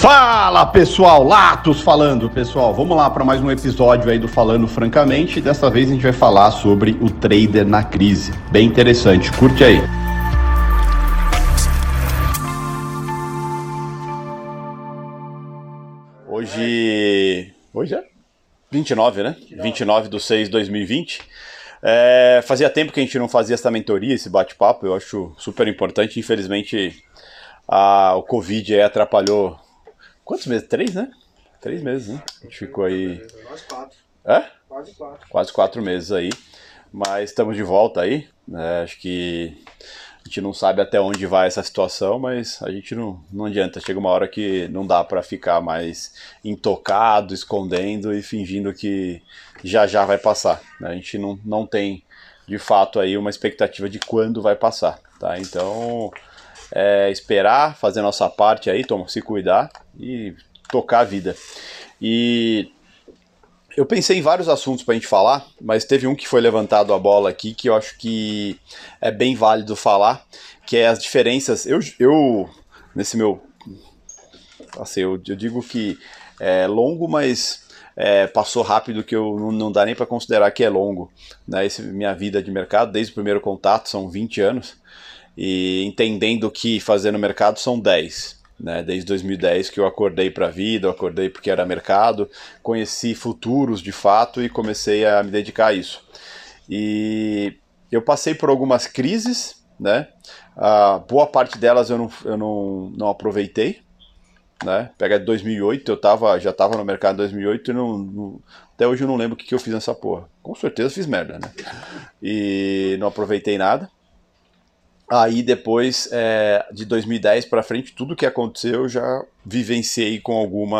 Fala pessoal, Latos falando pessoal, vamos lá para mais um episódio aí do Falando Francamente. Dessa vez a gente vai falar sobre o trader na crise, bem interessante, curte aí. Hoje é 29, né? 29/6/2020. Fazia tempo que a gente não fazia essa mentoria, esse bate-papo, eu acho super importante. Infelizmente o Covid aí atrapalhou. Quantos meses? 3, né? 3 meses, né? A gente ficou aí... Quase 4. É? Quase 4. Quase 4 meses aí. Mas estamos de volta aí. Acho que a gente não sabe até onde vai essa situação, mas a gente não adianta. Chega uma hora que não dá para ficar mais intocado, escondendo e fingindo que já vai passar. A gente não tem, de fato, aí uma expectativa de quando vai passar, tá? Então... esperar, fazer a nossa parte aí, se cuidar e tocar a vida. E eu pensei em vários assuntos pra gente falar, mas teve um que foi levantado a bola aqui que eu acho que é bem válido falar, que é as diferenças. Eu nesse meu... Assim, eu digo que é longo, mas passou rápido, que não dá nem para considerar que é longo, né? Minha vida de mercado, desde o primeiro contato, são 20 anos. E entendendo que fazer no mercado são 10, né? Desde 2010 que eu acordei para a vida, eu acordei porque era mercado, conheci futuros de fato e comecei a me dedicar a isso. E eu passei por algumas crises, né? Boa parte delas eu não aproveitei, né? Pega de 2008, já estava no mercado em 2008 e até hoje eu não lembro o que eu fiz nessa porra. Com certeza fiz merda, né? E não aproveitei nada. Aí depois, de 2010 para frente, tudo que aconteceu eu já vivenciei com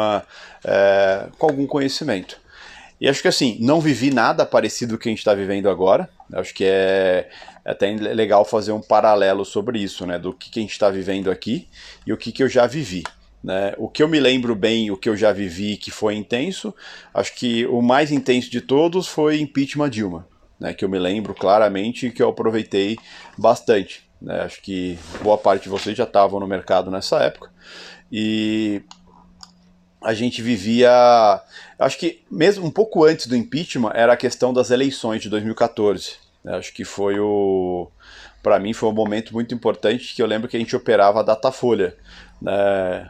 algum conhecimento. E acho que assim, não vivi nada parecido com o que a gente está vivendo agora. Acho que é até legal fazer um paralelo sobre isso, né? Do que a gente está vivendo aqui e o que eu já vivi, né? O que eu me lembro bem, o que eu já vivi que foi intenso, acho que o mais intenso de todos foi impeachment Dilma, né? Que eu me lembro claramente e que eu aproveitei bastante. Acho que boa parte de vocês já estavam no mercado nessa época e a gente vivia, acho que mesmo um pouco antes do impeachment era a questão das eleições de 2014. Acho que para mim foi um momento muito importante, que eu lembro que a gente operava a Datafolha, né?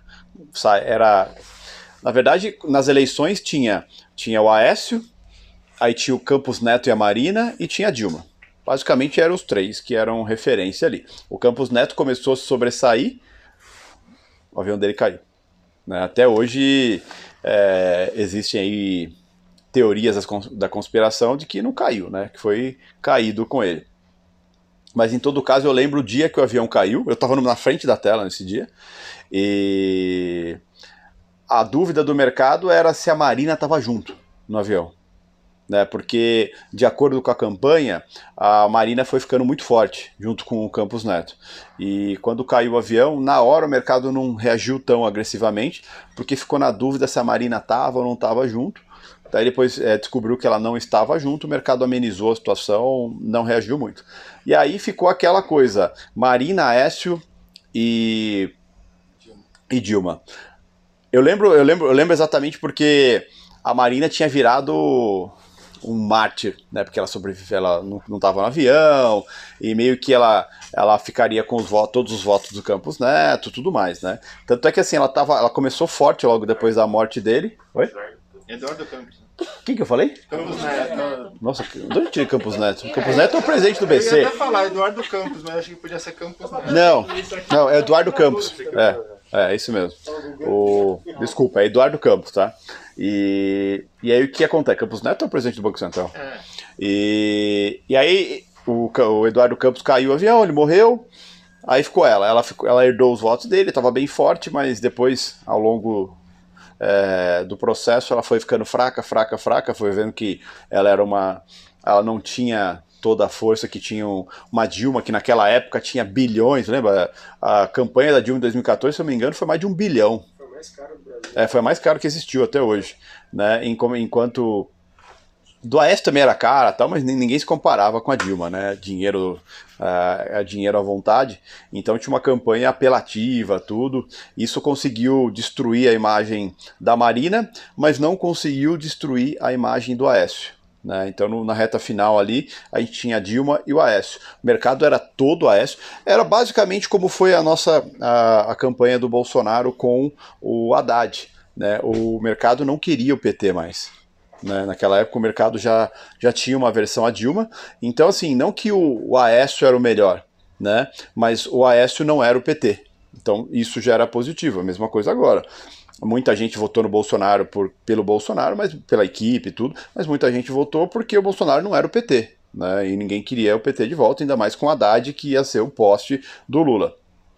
Na verdade, nas eleições tinha o Aécio, aí tinha o Campos Neto e a Marina e tinha a Dilma. Basicamente eram os três que eram referência ali. O Campos Neto começou a se sobressair, o avião dele caiu, né? Até hoje existem aí teorias da conspiração de que não caiu, né? Que foi caído com ele. Mas em todo caso eu lembro o dia que o avião caiu, eu estava na frente da tela nesse dia, e a dúvida do mercado era se a Marina estava junto no avião. Porque, de acordo com a campanha, a Marina foi ficando muito forte, junto com o Campos Neto. E quando caiu o avião, na hora o mercado não reagiu tão agressivamente, porque ficou na dúvida se a Marina estava ou não estava junto. Daí depois descobriu que ela não estava junto, o mercado amenizou a situação, não reagiu muito. E aí ficou aquela coisa, Marina, Aécio e Dilma. Eu lembro exatamente porque a Marina tinha virado um mártir, né? Porque ela não estava no avião, e meio que ela ficaria com todos os votos do Campos Neto, tudo mais, né? Tanto é que assim, ela começou forte logo depois da morte dele. Oi? Eduardo Campos. Quem que eu falei? Campos Neto. Nossa, de onde tirei Campos Neto? Campos Neto é o presidente do BC. Eu ia até falar Eduardo Campos, mas acho que podia ser Campos Neto. Não, é Eduardo Campos. É isso mesmo. Desculpa, é Eduardo Campos, tá? E aí o que acontece? Campos Neto é o presidente do Banco Central. E aí o Eduardo Campos caiu o avião, ele morreu. Aí ficou ela herdou os votos dele, estava bem forte, mas depois, ao longo do processo, ela foi ficando fraca, foi vendo que ela não tinha toda a força que tinha uma Dilma, que naquela época tinha bilhões, lembra? A campanha da Dilma em 2014, se eu não me engano, foi mais de 1 bilhão. Foi mais caro do Brasil. Foi mais caro que existiu até hoje, né? Enquanto do Aécio também era cara, tal, mas ninguém se comparava com a Dilma, né? Dinheiro à vontade. Então tinha uma campanha apelativa, tudo. Isso conseguiu destruir a imagem da Marina, mas não conseguiu destruir a imagem do Aécio. Né? Então na reta final ali a gente tinha a Dilma e o Aécio. O mercado era todo Aécio. Era basicamente como foi a campanha do Bolsonaro com o Haddad. Né? O mercado não queria o PT mais. Né? Naquela época o mercado já tinha uma versão a Dilma, então assim, não que o Aécio era o melhor, né? Mas o Aécio não era o PT, então isso já era positivo. A mesma coisa agora, muita gente votou no Bolsonaro pelo Bolsonaro, mas pela equipe e tudo, mas muita gente votou porque o Bolsonaro não era o PT, né? E ninguém queria o PT de volta, ainda mais com o Haddad, que ia ser o poste do Lula.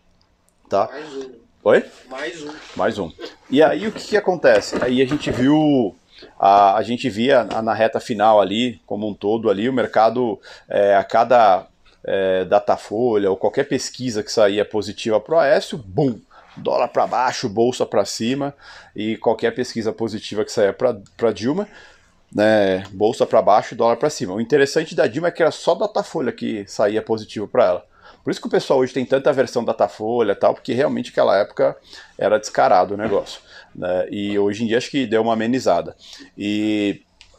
Tá? Mais um. Oi? Mais um. E aí o que acontece? Aí a gente viu... A gente via na reta final ali, como um todo ali, o mercado, a cada Datafolha ou qualquer pesquisa que saía positiva para o Aécio, bum, dólar para baixo, bolsa para cima, e qualquer pesquisa positiva que saía para Dilma, né, bolsa para baixo e dólar para cima. O interessante da Dilma é que era só Datafolha que saía positivo para ela. Por isso que o pessoal hoje tem tanta versão Datafolha e tal, porque realmente naquela época era descarado o negócio. Né? E hoje em dia acho que deu uma amenizada. E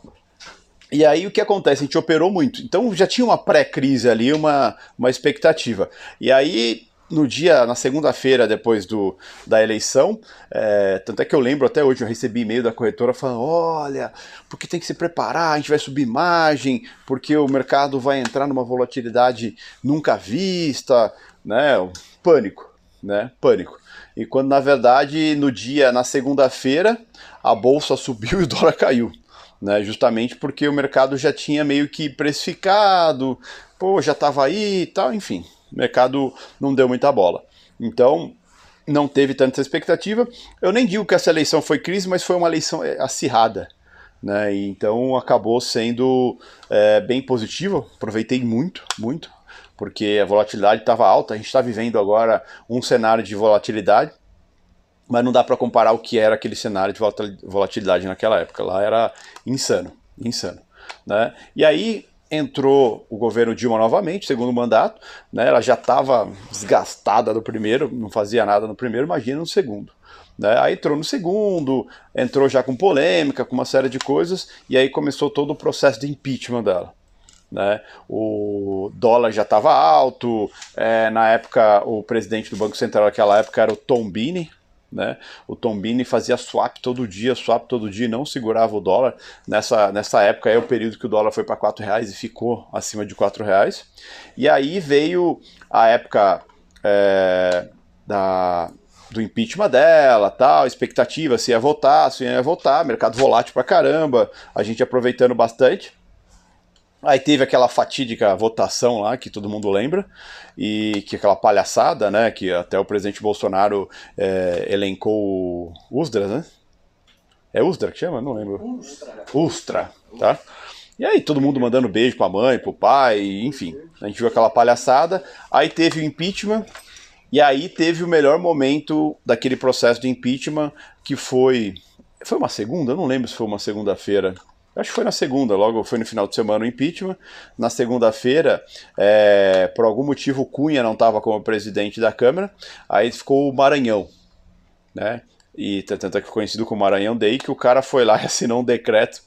aí o que acontece? A gente operou muito. Então já tinha uma pré-crise ali, uma expectativa. E aí na segunda-feira depois da eleição, tanto é que eu lembro até hoje, eu recebi e-mail da corretora falando, olha, porque tem que se preparar, a gente vai subir margem, porque o mercado vai entrar numa volatilidade nunca vista, né? Pânico, né? Pânico. E quando na verdade na segunda-feira, a bolsa subiu e o dólar caiu. Né, justamente porque o mercado já tinha meio que precificado, já estava aí e tal, enfim, o mercado não deu muita bola. Então, não teve tanta expectativa. Eu nem digo que essa eleição foi crise, mas foi uma eleição acirrada. Né, e então acabou sendo bem positivo, aproveitei muito, muito, porque a volatilidade estava alta, a gente está vivendo agora um cenário de volatilidade, mas não dá para comparar o que era aquele cenário de volatilidade naquela época. Lá era insano, insano. Né? E aí entrou o governo Dilma novamente, segundo mandato, né? Ela já estava desgastada do primeiro, não fazia nada no primeiro, imagina no segundo. Né? Aí entrou no segundo, entrou já com polêmica, com uma série de coisas, e aí começou todo o processo de impeachment dela. Né? O dólar já estava alto, na época o presidente do Banco Central naquela época era o Tom Bini. Né? O Tom Bini fazia swap todo dia, não segurava o dólar. Nessa época é o período que o dólar foi para R$4 e ficou acima de R$4. E aí veio a época do impeachment dela, tal, expectativa se ia votar, mercado volátil pra caramba, a gente aproveitando bastante. Aí teve aquela fatídica votação lá, que todo mundo lembra, e que aquela palhaçada, né, que até o presidente Bolsonaro elencou o Ustra, né? É Ustra que chama? Não lembro. Ustra, tá? E aí todo mundo mandando beijo pra mãe, pro pai, enfim. A gente viu aquela palhaçada, aí teve o impeachment, e aí teve o melhor momento daquele processo de impeachment, que foi uma segunda? Eu não lembro se foi uma segunda-feira. Acho que foi na segunda, logo foi no final de semana o impeachment. Na segunda-feira, por algum motivo, o Cunha não estava como presidente da Câmara, aí ficou o Maranhão, né? E tanto é que conhecido como Maranhão Day, que o cara foi lá e assinou um decreto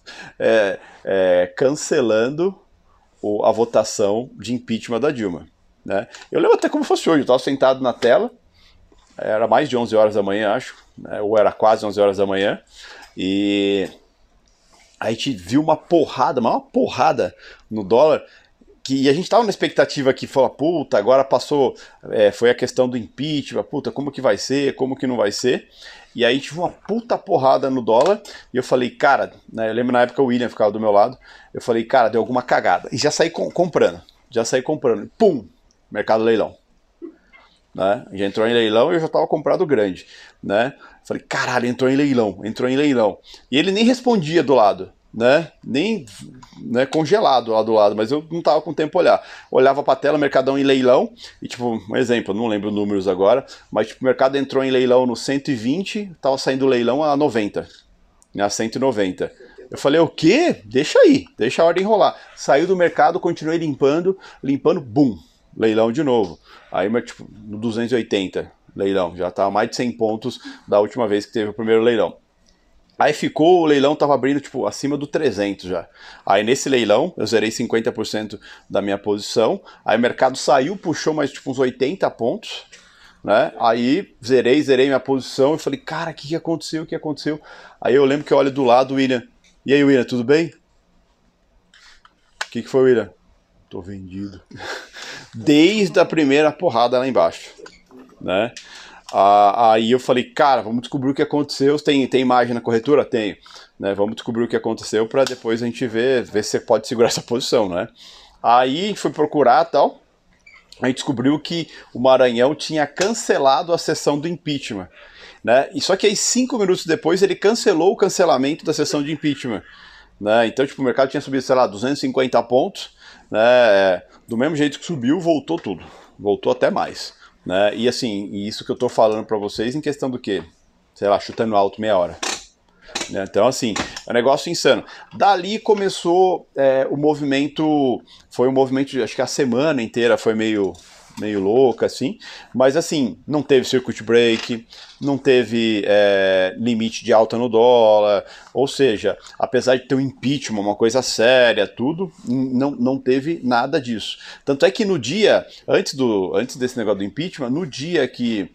cancelando a votação de impeachment da Dilma. Né? Eu lembro até como fosse hoje, eu estava sentado na tela, era mais de 11 horas da manhã, acho, né? Ou era quase 11 horas da manhã, e a gente viu uma porrada no dólar, que a gente tava na expectativa que falou, puta, agora passou, foi a questão do impeachment, puta, como que vai ser, como que não vai ser, e aí a gente viu uma puta porrada no dólar, e eu falei, cara, né, eu lembro na época o William ficava do meu lado, eu falei, cara, deu alguma cagada, e já saí comprando, pum, mercado leilão. Né? Já entrou em leilão e eu já estava comprado grande, né? Falei, caralho, entrou em leilão. E ele nem respondia do lado, né? Nem congelado lá do lado, mas eu não tava com tempo olhar. Olhava pra tela, mercadão em leilão, e tipo, um exemplo, não lembro números agora, mas tipo, o mercado entrou em leilão no 120, tava saindo leilão a 90, né? A 190. Eu falei, o quê? Deixa aí, deixa a ordem rolar. Saiu do mercado, continuei limpando, bum, leilão de novo. Aí, tipo, no 280, leilão, já tava mais de 100 pontos da última vez que teve o primeiro leilão. Aí ficou, o leilão tava abrindo, tipo, acima do 300 já. Aí nesse leilão, eu zerei 50% da minha posição. Aí o mercado saiu, puxou mais, tipo, uns 80 pontos, né? Aí zerei minha posição e falei, cara, o que aconteceu? O que aconteceu? Aí eu lembro que eu olho do lado, William. E aí, William, tudo bem? O que foi, William? Tô vendido. Desde a primeira porrada lá embaixo, né? Aí eu falei, cara, vamos descobrir o que aconteceu. Tem imagem na corretora? Tenho. Né? Vamos descobrir o que aconteceu para depois a gente ver se você pode segurar essa posição, né? Aí a gente foi procurar e tal. A gente descobriu que o Maranhão tinha cancelado a sessão do impeachment. Né? E só que aí 5 minutos depois ele cancelou o cancelamento da sessão de impeachment. Né? Então, tipo, o mercado tinha subido, sei lá, 250 pontos. Né? Do mesmo jeito que subiu, voltou tudo. Voltou até mais. Né? E assim, isso que eu tô falando para vocês em questão do quê? Sei lá, chutando alto meia hora. Né? Então, assim, é um negócio insano. Dali começou o movimento, foi um movimento, acho que a semana inteira foi meio louca, assim, mas assim, não teve circuit break, não teve limite de alta no dólar, ou seja, apesar de ter um impeachment, uma coisa séria, tudo, não teve nada disso. Tanto é que no dia, antes desse negócio do impeachment, no dia que,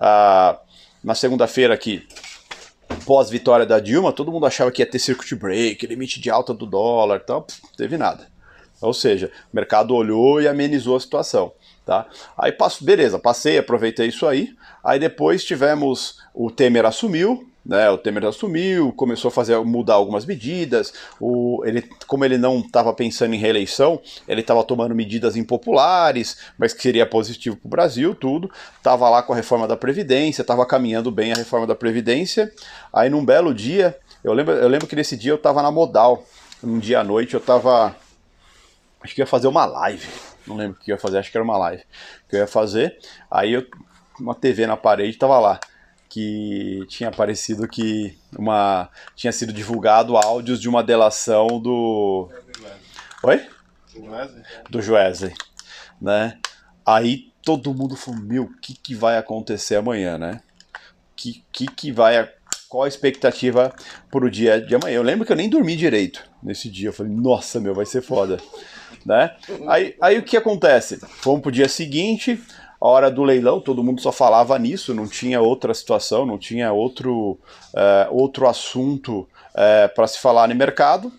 na segunda-feira aqui, pós-vitória da Dilma, todo mundo achava que ia ter circuit break, limite de alta do dólar e tal, não teve nada. Ou seja, o mercado olhou e amenizou a situação. Tá? Aí beleza, passei, aproveitei isso aí. Aí depois tivemos o Temer assumiu, né? O Temer assumiu, começou a mudar algumas medidas. Como ele não estava pensando em reeleição, ele estava tomando medidas impopulares, mas que seria positivo para o Brasil, tudo. Estava lá com a reforma da Previdência, estava caminhando bem a reforma da Previdência. Aí num belo dia, eu lembro que nesse dia eu estava na Modal. Um dia à noite eu estava, acho que ia fazer uma live. Não lembro o que eu ia fazer, acho que era uma live que eu ia fazer. Aí uma TV na parede tava lá, que tinha aparecido que tinha sido divulgado áudios de uma delação do... Oi? Do Joesley, né? Aí todo mundo falou, meu, o que vai acontecer amanhã, né? Qual a expectativa pro dia de amanhã? Eu lembro que eu nem dormi direito nesse dia. Eu falei, nossa, meu, vai ser foda. Né? Aí o que acontece? Fomos pro dia seguinte, a hora do leilão, todo mundo só falava nisso, não tinha outra situação, não tinha outro assunto para se falar no mercado.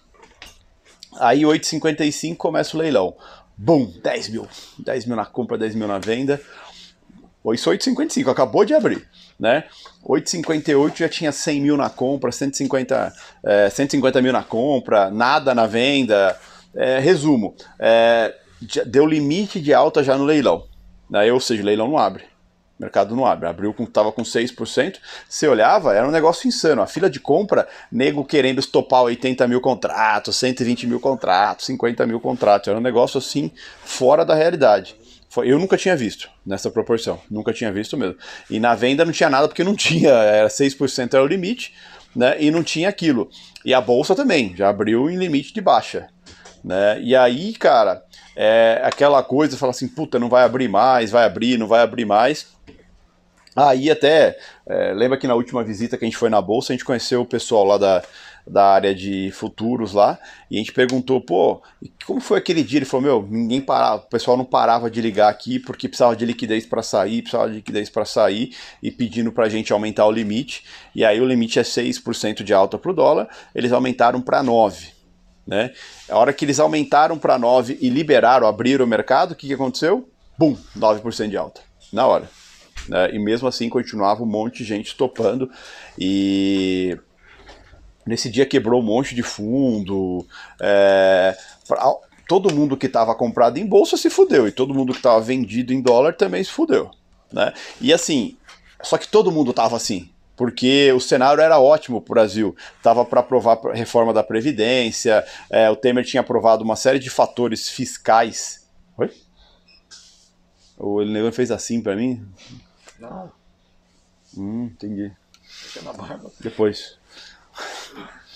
Aí 8h55 começa o leilão. Bum, 10 mil na compra, 10 mil na venda. Isso 8h55, acabou de abrir. Né? 8h58 já tinha 100 mil na compra, 150 mil na compra, nada na venda. Resumo, deu limite de alta já no leilão, né? Ou seja, o leilão não abre, o mercado não abre, estava com 6%, você olhava, era um negócio insano, a fila de compra, nego querendo estopar 80 mil contratos, 120 mil contratos, 50 mil contratos, era um negócio assim, fora da realidade. Eu nunca tinha visto nessa proporção, nunca tinha visto mesmo. E na venda não tinha nada, porque não tinha, 6% era o limite, né? E não tinha aquilo. E a bolsa também, já abriu em limite de baixa. Né? E aí, cara, aquela coisa, fala assim, puta, não vai abrir mais, vai abrir, não vai abrir mais. Aí até, lembra que na última visita que a gente foi na bolsa, a gente conheceu o pessoal lá da área de futuros lá, e a gente perguntou, pô, como foi aquele dia? Ele falou, meu, ninguém parava, o pessoal não parava de ligar aqui porque precisava de liquidez para sair, e pedindo pra gente aumentar o limite, e aí o limite é 6% de alta pro dólar, eles aumentaram para 9%. Né? A hora que eles aumentaram para 9 e liberaram, abriram o mercado, o que aconteceu? Bum, 9% de alta, na hora. Né? E mesmo assim continuava um monte de gente topando, e nesse dia quebrou um monte de fundo, todo mundo que estava comprado em bolsa se fudeu, e todo mundo que estava vendido em dólar também se fudeu. Né? E assim, só que todo mundo estava assim, porque o cenário era ótimo para o Brasil. Estava para aprovar a reforma da Previdência, o Temer tinha aprovado uma série de fatores fiscais. Oi? O Leandro fez assim para mim? Não. Entendi. Deixa na barba. Depois.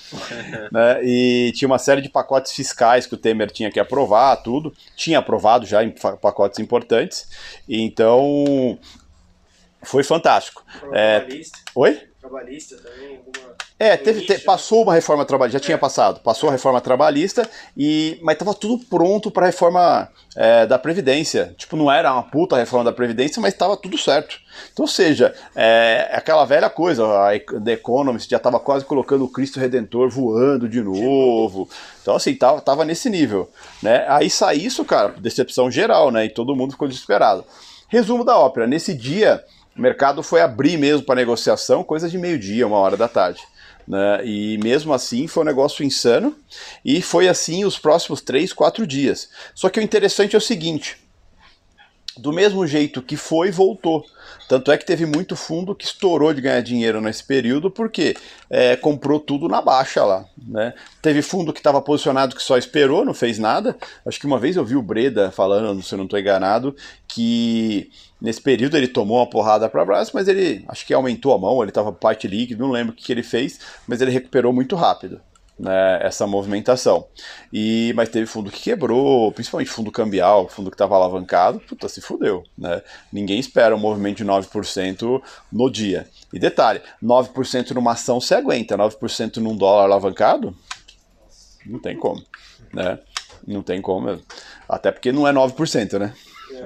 Né? E tinha uma série de pacotes fiscais que o Temer tinha que aprovar, tudo. Tinha aprovado já em pacotes importantes. E então, foi fantástico. Trabalhista. Oi? Trabalhista também, alguma... Passou uma reforma trabalhista, já tinha passado, passou a reforma trabalhista, mas estava tudo pronto para a reforma da Previdência. Tipo, não era uma puta reforma da Previdência, mas estava tudo certo. Então, ou seja, aquela velha coisa, The Economist já estava quase colocando o Cristo Redentor voando de novo. Então, assim, tava nesse nível. Né? Aí sai isso, cara, decepção geral, né? E todo mundo ficou desesperado. Resumo da ópera, nesse dia, o mercado foi abrir mesmo para negociação, coisa de meio-dia, 1h da tarde. Né? E mesmo assim foi um negócio insano, e foi assim os próximos 3, 4 dias. Só que o interessante é o seguinte, do mesmo jeito que foi, voltou. Tanto é que teve muito fundo que estourou de ganhar dinheiro nesse período, porque comprou tudo na baixa lá. Né? Teve fundo que estava posicionado que só esperou, não fez nada. Acho que uma vez eu vi o Breda falando, se eu não estou enganado, que nesse período ele tomou uma porrada para trás, mas ele acho que aumentou a mão, ele estava parte líquido, não lembro o que ele fez, mas ele recuperou muito rápido. Né, essa movimentação. Mas teve fundo que quebrou, principalmente fundo cambial, fundo que estava alavancado, puta, se fudeu. Né? Ninguém espera um movimento de 9% no dia. E detalhe, 9% numa ação se aguenta, 9% num dólar alavancado, não tem como. Né? Não tem como mesmo. Até porque não é 9%, né?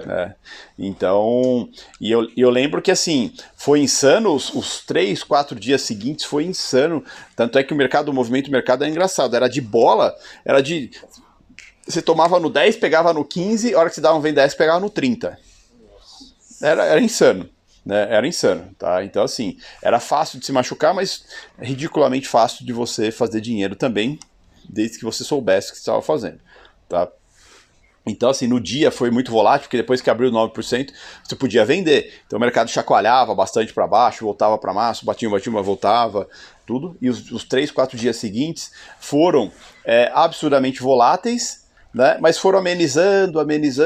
Então, eu lembro que assim, foi insano, os 3, 4 dias seguintes foi insano, tanto é que o movimento do mercado era engraçado, era de bola, você tomava no 10, pegava no 15, a hora que você dava um vem 10, pegava no 30, era insano. Né? Era insano, tá? Então assim, era fácil de se machucar, mas ridiculamente fácil de você fazer dinheiro também, desde que você soubesse o que você estava fazendo, tá? Então, assim, no dia foi muito volátil, porque depois que abriu 9%, você podia vender. Então o mercado chacoalhava bastante para baixo, voltava para baixo, batia, mas voltava, tudo. E os 3, 4 dias seguintes foram absurdamente voláteis, né? Mas foram amenizando,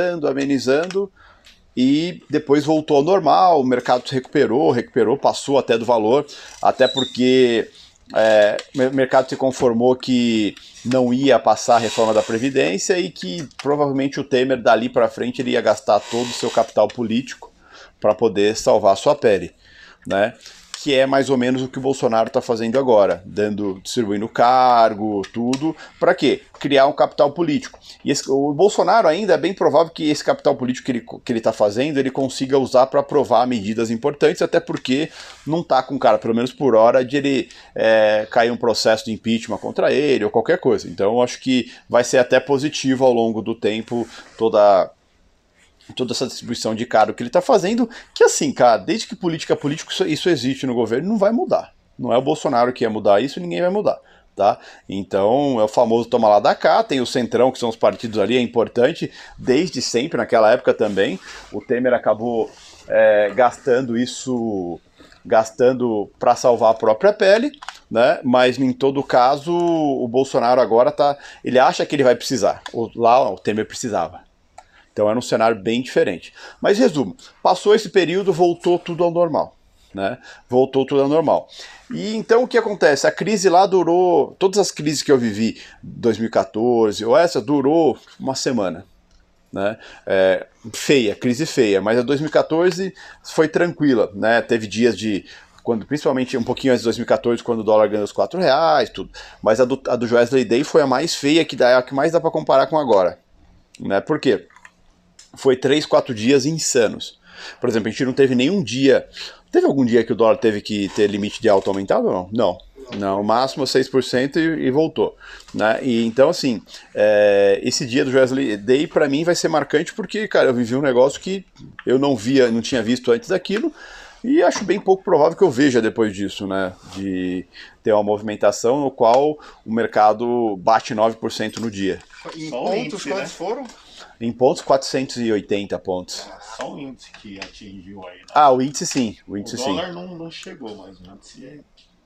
e depois voltou ao normal, o mercado se recuperou, passou até do valor, até porque o mercado se conformou que não ia passar a reforma da Previdência e que provavelmente o Temer dali para frente ele ia gastar todo o seu capital político para poder salvar a sua pele, né? Que é mais ou menos o que o Bolsonaro está fazendo agora, distribuindo cargo, tudo, para quê? Criar um capital político. E o Bolsonaro ainda é bem provável que esse capital político que ele está fazendo, ele consiga usar para aprovar medidas importantes, até porque não está com cara, pelo menos por hora, de ele cair um processo de impeachment contra ele ou qualquer coisa. Então eu acho que vai ser até positivo ao longo do tempo toda essa distribuição de cargo que ele está fazendo, que assim, cara, desde que política isso existe no governo, não vai mudar. Não é o Bolsonaro que ia mudar isso, ninguém vai mudar. Tá? Então é o famoso toma lá da cá, tem o Centrão, que são os partidos ali, é importante, desde sempre, naquela época também. O Temer acabou gastando para salvar a própria pele, né? Mas em todo caso, o Bolsonaro agora ele acha que ele vai precisar. Lá o Temer precisava. Então era um cenário bem diferente. Mas resumo, passou esse período, voltou tudo ao normal. Né? Voltou tudo ao normal. E então o que acontece? A crise lá durou, todas as crises que eu vivi, 2014 ou essa, durou uma semana. Né? Crise feia, mas a 2014 foi tranquila. Né? Teve dias principalmente um pouquinho antes de 2014, quando o dólar ganhou os R$4, tudo. Mas a do Joesley Day foi a mais feia, a que mais dá para comparar com agora. Né? Por quê? Foi 3, 4 dias insanos. Por exemplo, a gente não teve nenhum dia... Teve algum dia que o dólar teve que ter limite de alta aumentado ou não? Não, o máximo 6% e voltou. Né? E então, assim, esse dia do Joesley Day, pra mim, vai ser marcante porque, cara, eu vivi um negócio que eu não tinha visto antes daquilo, e acho bem pouco provável que eu veja depois disso, né? De ter uma movimentação no qual o mercado bate 9% no dia. Em Só o pontos, índice, quantos né? foram? Em pontos, 480 pontos. Só o índice que atingiu aí. Né? Ah, o índice sim. O O índice sim. dólar não chegou, mas o índice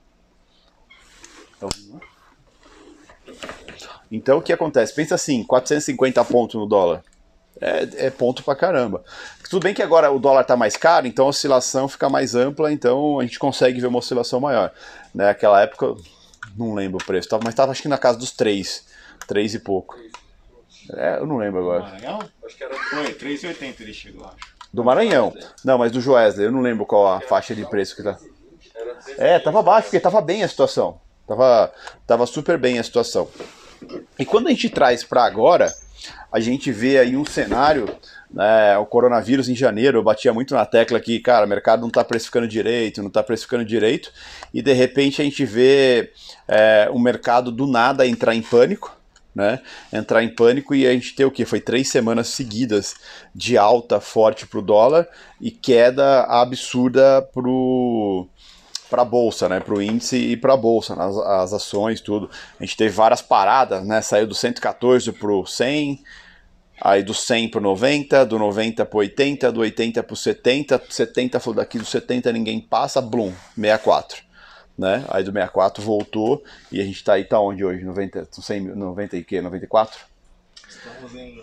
Então o que acontece? Pensa assim, 450 pontos no dólar. É ponto pra caramba. Tudo bem que agora o dólar tá mais caro, então a oscilação fica mais ampla, então a gente consegue ver uma oscilação maior. Naquela época Não lembro o preço, mas tava acho que na casa dos 3 e pouco. Eu não lembro agora. Maranhão? Acho que era Foi, 3,80 ele chegou, acho. Do Maranhão. Não, mas do Joesley, eu não lembro qual a faixa de preço que tá. Tava baixo, porque tava bem a situação. Tava super bem a situação. E quando a gente traz para agora, a gente vê aí um cenário, né, o coronavírus em janeiro, eu batia muito na tecla que, cara, o mercado não tá precificando direito, e de repente a gente vê o mercado do nada entrar em pânico, né? Entrar em pânico e a gente ter o quê? Foi 3 semanas seguidas de alta forte pro dólar e queda absurda para a bolsa, né, para o índice e para a bolsa, as ações, tudo. A gente teve várias paradas, né, saiu do 114 para o 100, aí do 100 para o 90, do 90 para o 80, do 80 para o 70, 70 falou daqui do 70 ninguém passa, blum, 64. Né? Aí do 64 voltou e a gente tá onde hoje? 90, 100, 90 e quê? 94? Estamos em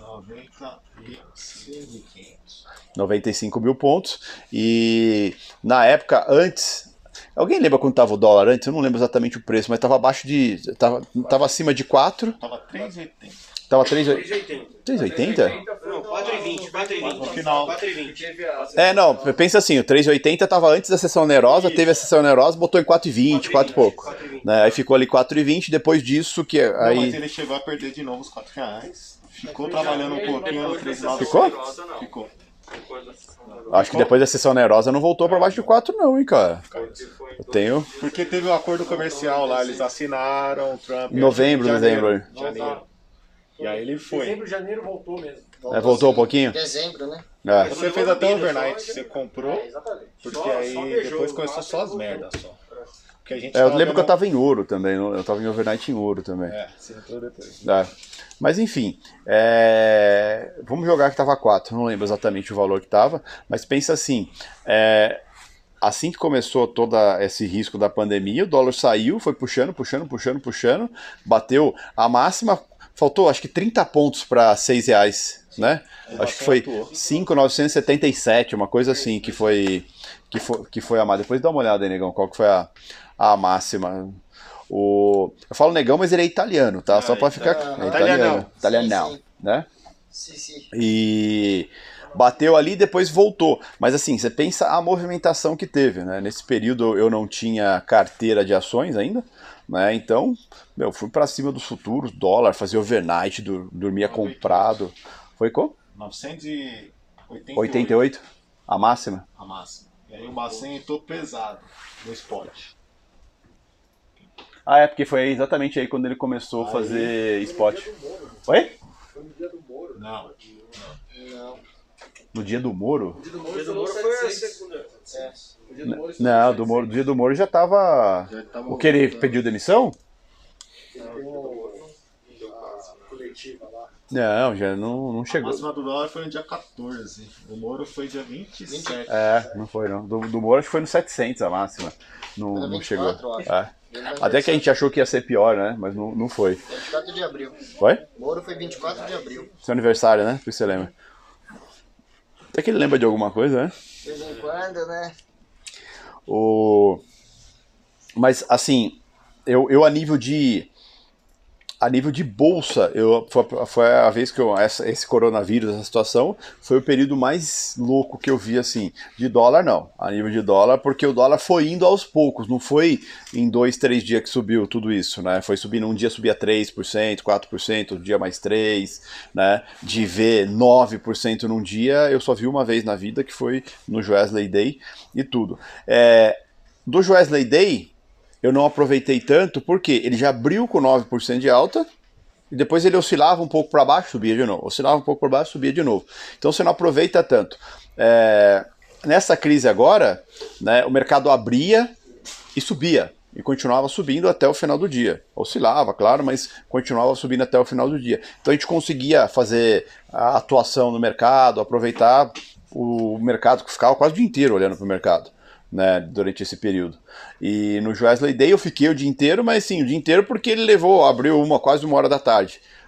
95.500. 95 mil pontos. E na época, antes... Alguém lembra quanto estava o dólar antes? Eu não lembro exatamente o preço, mas estava abaixo de... Tava acima de 4. Tava 3,80. Tava 3,80. 3,80? Não, 4,20. 4,20. No final. 4,20. Não, pensa assim, o 3,80 tava antes da sessão onerosa, teve a sessão onerosa, botou em 4,20, 4 e pouco. 4,20. Né? Aí ficou ali 4,20, depois disso que... Não, Aí... mas ele chegou a perder de novo os R$4. Ficou trabalhando um pouquinho no 3,9. Ficou? Ficou. Acho que depois da sessão onerosa não voltou para baixo de 4 não, hein, cara. Eu tenho... Porque teve o acordo comercial lá, eles assinaram, o Trump... Novembro, dezembro. Janeiro. E aí ele foi. Dezembro, janeiro voltou mesmo. Voltou um pouquinho? Dezembro, né? Você fez até overnight, você comprou, Exatamente. porque aí depois começou só as merdas só. Porque a gente Eu tava lembro que eu vendo- tava em ouro também, eu tava em overnight em ouro também. Você entrou depois. Mas enfim, vamos jogar que tava 4, não lembro exatamente o valor que tava, mas pensa assim, assim que começou todo esse risco da pandemia, o dólar saiu, foi puxando, bateu a máxima, faltou acho que 30 pontos para R$6, né? Acho que foi 5.977, uma coisa assim que foi a máxima. Depois dá uma olhada aí, negão, qual que foi a máxima. Eu falo negão, mas ele é italiano, tá? Só pra ficar... É italiano. Italianão, Sim, sim. né? Sim. E bateu ali e depois voltou. Mas assim, você pensa a movimentação que teve, né? Nesse período eu não tinha carteira de ações ainda, né? Então, fui pra cima dos futuros, dólar, fazia overnight, dormia comprado. Foi como? 988 88? A máxima? a máxima. E aí o Bacen entrou pesado no spot. Porque foi exatamente aí quando ele começou a fazer spot. Oi? Não. No dia do Moro? O dia do Moro foi a segunda. O dia do Moro Não, do dia do Moro já tava... O que ele pediu demissão? coletiva lá. Não, já não A chegou. máxima do dólar foi no dia 14. O Moro foi dia 27. Não foi não. Do Moro acho que foi no 700 a máxima. Não, Era não 24, chegou. eu acho. Até que a gente achou que ia ser pior, né? Mas não foi. 24 de abril. Foi? Moro foi 24 de abril. Seu aniversário, né? Por isso você lembra. Até que ele lembra de alguma coisa, né? De vez em quando, né? Mas assim, eu a nível de bolsa, foi a vez que esse coronavírus, essa situação, foi o período mais louco que eu vi, assim, de dólar não, a nível de dólar, porque o dólar foi indo aos poucos, não foi em 2, 3 dias que subiu tudo isso, né, foi subindo, um dia subia 3%, 4%, outro dia mais 3%, né, de ver 9% num dia, eu só vi uma vez na vida, que foi no Joesley Day e tudo. Do Joesley Day, eu não aproveitei tanto, porque ele já abriu com 9% de alta, e depois ele oscilava um pouco para baixo, subia de novo. Oscilava um pouco para baixo, subia de novo. Então você não aproveita tanto. Nessa crise agora, né, o mercado abria e subia. E continuava subindo até o final do dia. Oscilava, claro, mas continuava subindo até o final do dia. Então a gente conseguia fazer a atuação no mercado, aproveitar o mercado, que ficava quase o dia inteiro olhando para o mercado, né, durante esse período. E no Joesley Day eu fiquei o dia inteiro, mas sim, o dia inteiro porque ele abriu quase 1 hora da tarde,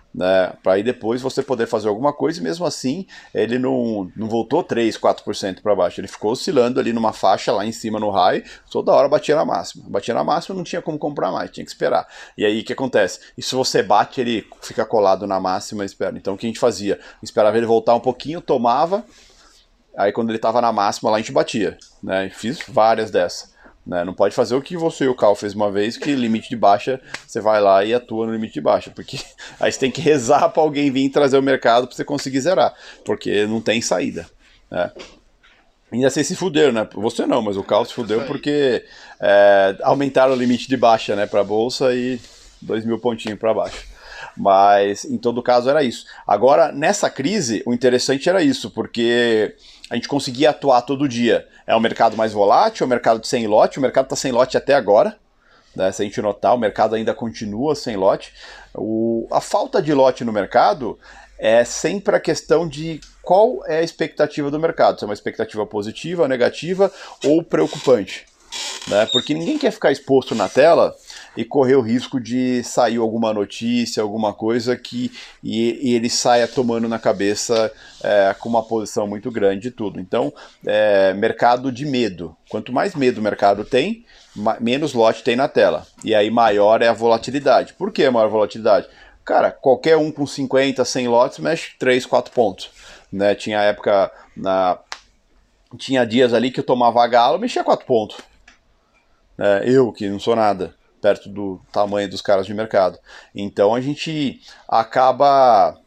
né, para aí depois você poder fazer alguma coisa, e mesmo assim ele não voltou 3, 4% para baixo, ele ficou oscilando ali numa faixa lá em cima no high, toda hora batia na máxima, não tinha como comprar mais, tinha que esperar. E aí o que acontece? E se você bate, ele fica colado na máxima e espera. Então o que a gente fazia? Esperava ele voltar um pouquinho, tomava, aí quando ele estava na máxima lá a gente batia, né, e fiz várias dessas. Né? Não pode fazer o que você e o Cal fez uma vez, que limite de baixa, você vai lá e atua no limite de baixa, porque aí você tem que rezar para alguém vir trazer o mercado para você conseguir zerar, porque não tem saída. Né? Ainda assim se fuderam, né? Você não, mas o Cal se fudeu porque aumentaram o limite de baixa, né, para a bolsa e 2.000 pontinhos para baixo. Mas em todo caso era isso. Agora, nessa crise, o interessante era isso, porque a gente conseguia atuar todo dia. É um mercado mais volátil, é um mercado de sem lote, o mercado está sem lote até agora, né? Se a gente notar, o mercado ainda continua sem lote. A falta de lote no mercado é sempre a questão de qual é a expectativa do mercado, se é uma expectativa positiva, negativa ou preocupante. Né? Porque ninguém quer ficar exposto na tela e correr o risco de sair alguma notícia, alguma coisa e ele saia tomando na cabeça com uma posição muito grande e tudo. Então, mercado de medo. Quanto mais medo o mercado tem, menos lote tem na tela. E aí maior é a volatilidade. Por que a maior volatilidade? Cara, qualquer um com 50, 100 lotes mexe 3, 4 pontos. Né? Tinha época, tinha dias ali que eu tomava galo, mexia 4 pontos. Eu, que não sou nada, perto do tamanho dos caras de mercado. Então a gente acabava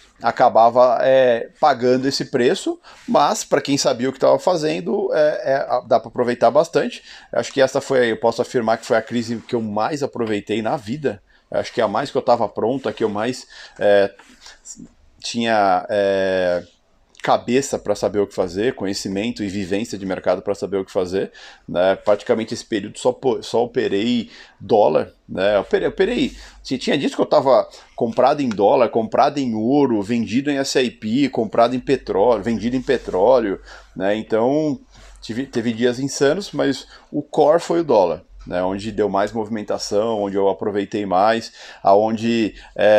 pagando esse preço, mas para quem sabia o que estava fazendo, dá para aproveitar bastante. Acho que essa foi, eu posso afirmar que foi a crise que eu mais aproveitei na vida. Acho que é a mais que eu estava pronto, a que eu mais tinha cabeça para saber o que fazer, conhecimento e vivência de mercado para saber o que fazer, né? Praticamente esse período só operei dólar, né? Operei. Tinha dias que eu estava comprado em dólar, comprado em ouro, vendido em SIP, comprado em petróleo, vendido em petróleo, né? Então teve dias insanos, mas o core foi o dólar, né? Onde deu mais movimentação, onde eu aproveitei mais, aonde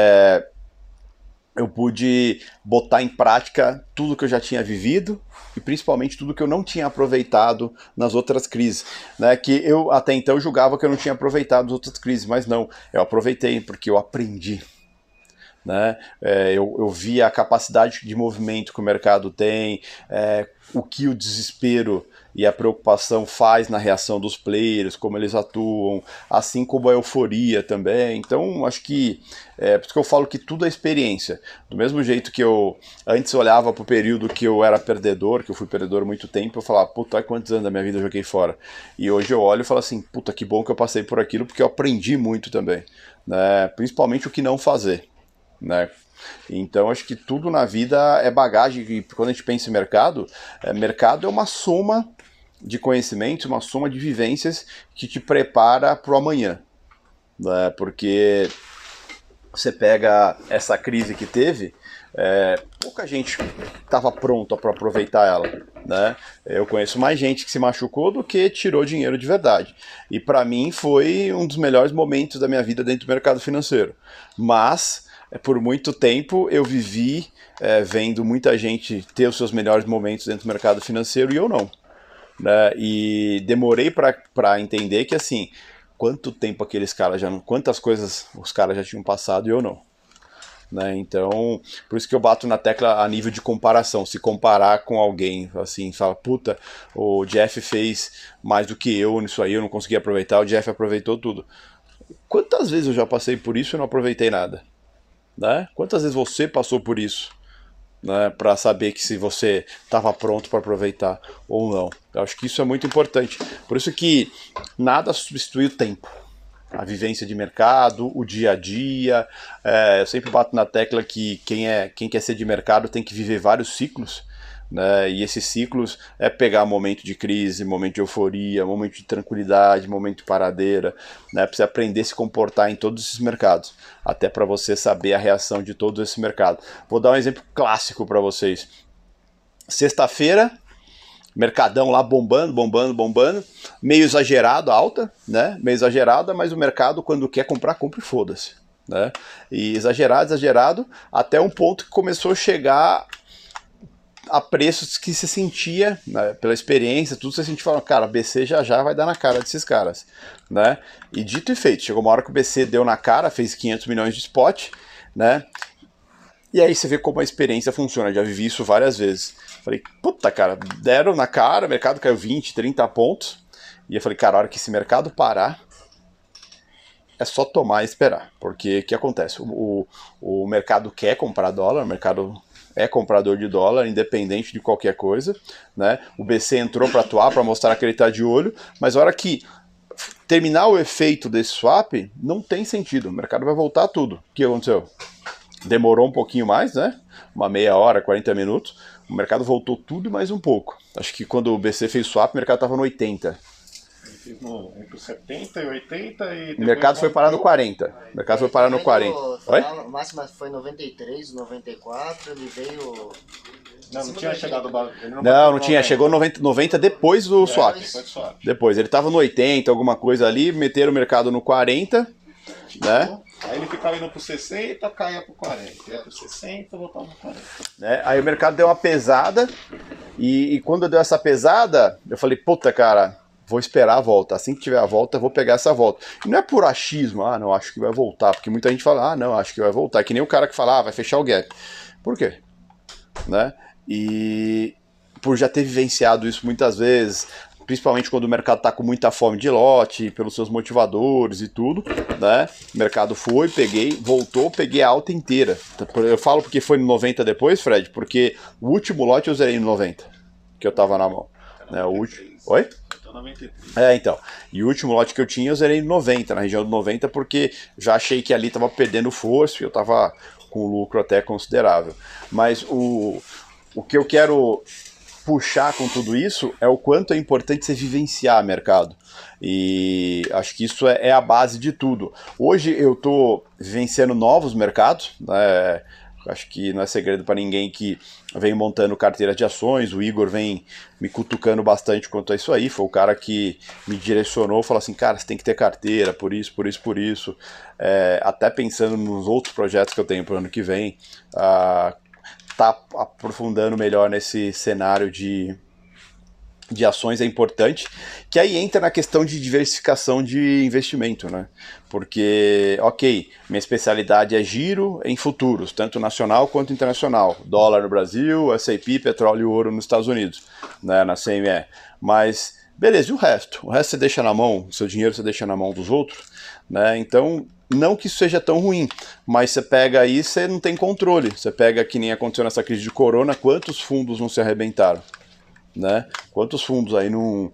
eu pude botar em prática tudo que eu já tinha vivido e principalmente tudo que eu não tinha aproveitado nas outras crises, né? Que eu até então julgava que eu não tinha aproveitado as outras crises, mas não, eu aproveitei porque eu aprendi. Né? Eu vi a capacidade de movimento que o mercado tem, o que o desespero e a preocupação faz na reação dos players, como eles atuam, assim como a euforia também. Então, acho que por isso que eu falo que tudo é experiência. Do mesmo jeito que eu antes olhava para o período que eu era perdedor, que eu fui perdedor há muito tempo, eu falava, puta, quantos anos da minha vida eu joguei fora. E hoje eu olho e falo assim, puta, que bom que eu passei por aquilo, porque eu aprendi muito também, né? Principalmente o que não fazer. Né? Então acho que tudo na vida é bagagem, e quando a gente pensa em mercado é uma soma de conhecimentos, uma soma de vivências que te prepara para o amanhã, né? Porque você pega essa crise que teve, pouca gente estava pronta para aproveitar ela, né? Eu conheço mais gente que se machucou do que tirou dinheiro de verdade, e para mim foi um dos melhores momentos da minha vida dentro do mercado financeiro, mas por muito tempo eu vivi vendo muita gente ter os seus melhores momentos dentro do mercado financeiro e eu não. Né? E demorei para entender que assim, quanto tempo aqueles caras quantas coisas os caras já tinham passado e eu não. Né? Então, por isso que eu bato na tecla a nível de comparação. Se comparar com alguém, assim, fala, puta, o Jeff fez mais do que eu nisso aí, eu não consegui aproveitar, o Jeff aproveitou tudo. Quantas vezes eu já passei por isso e não aproveitei nada? Né? Quantas vezes você passou por isso, né, para saber que se você estava pronto para aproveitar ou não? Eu acho que isso é muito importante. Por isso que nada substitui o tempo, a vivência de mercado, o dia a dia. Eu sempre bato na tecla que quem quer ser de mercado tem que viver vários ciclos. Né? E esses ciclos é pegar momento de crise, momento de euforia, momento de tranquilidade, momento de paradeira, né? Para você aprender a se comportar em todos esses mercados, até para você saber a reação de todo esse mercado. Vou dar um exemplo clássico para vocês. Sexta-feira, mercadão lá bombando, meio exagerado a alta, né? Meio exagerada, mas o mercado quando quer comprar, compra e foda-se. né? E exagerado, até um ponto que começou a chegar a preços que se sentia, né, pela experiência, tudo você sentia, falando, cara, BC já vai dar na cara desses caras, né? E dito e feito, chegou uma hora que o BC deu na cara, fez 500 milhões de spot, né? E aí você vê como a experiência funciona, já vivi isso várias vezes. Falei, puta, cara, deram na cara, o mercado caiu 20, 30 pontos, e eu falei, cara, a hora que esse mercado parar, é só tomar e esperar, porque o que acontece? O mercado quer comprar dólar, o mercado é comprador de dólar, independente de qualquer coisa, né? O BC entrou para atuar, para mostrar que ele está de olho, mas a hora que terminar o efeito desse swap, não tem sentido, o mercado vai voltar tudo. O que aconteceu? Demorou um pouquinho mais, né? Uma meia hora, 40 minutos, o mercado voltou tudo e mais um pouco. Acho que quando o BC fez swap, o mercado estava no 80. Entre 70 e 80 e... O mercado foi parar no 40. O mercado foi parar no 40. Oi? O máximo foi 93, 94, ele veio... Não tinha chegado... Não tinha. Chegou 90 depois do swap. Depois do swap. Depois. Ele estava no 80, alguma coisa ali, meteram o mercado no 40, né? Aí ele ficava indo pro 60, caía pro 40. Ia pro 60, voltava pro 40. Né? Aí o mercado deu uma pesada, e quando deu essa pesada, eu falei, puta, cara, vou esperar a volta. Assim que tiver a volta, eu vou pegar essa volta. E não é por achismo, não, acho que vai voltar. Porque muita gente fala, não, acho que vai voltar. É que nem o cara que fala, vai fechar o gap. Por quê? Né? E por já ter vivenciado isso muitas vezes, principalmente quando o mercado está com muita fome de lote, pelos seus motivadores e tudo, né? O mercado foi, voltou, peguei a alta inteira. Eu falo porque foi no 90 depois, Fred, porque o último lote eu zerei no 90, que eu tava na mão. Né? O último... Oi? Então. E o último lote que eu tinha eu zerei no 90, na região do 90, porque já achei que ali tava perdendo força e eu tava com lucro até considerável. Mas o que eu quero puxar com tudo isso é o quanto é importante você vivenciar mercado. E acho que isso é a base de tudo. Hoje eu estou vivenciando novos mercados, né? Acho que não é segredo para ninguém que vem montando carteira de ações. O Igor vem me cutucando bastante quanto a isso aí. Foi o cara que me direcionou, falou assim, cara, você tem que ter carteira, por isso. Até pensando nos outros projetos que eu tenho para o ano que vem, tá aprofundando melhor nesse cenário de ações é importante, que aí entra na questão de diversificação de investimento, né? Porque, ok, minha especialidade é giro em futuros, tanto nacional quanto internacional, dólar no Brasil, S&P, petróleo e ouro nos Estados Unidos, né, na CME, mas beleza, e o resto? O resto você deixa na mão, o seu dinheiro você deixa na mão dos outros, né? Então, não que isso seja tão ruim, mas você pega aí, você não tem controle, você pega que nem aconteceu nessa crise de corona, quantos fundos não se arrebentaram? Né? Quantos fundos aí não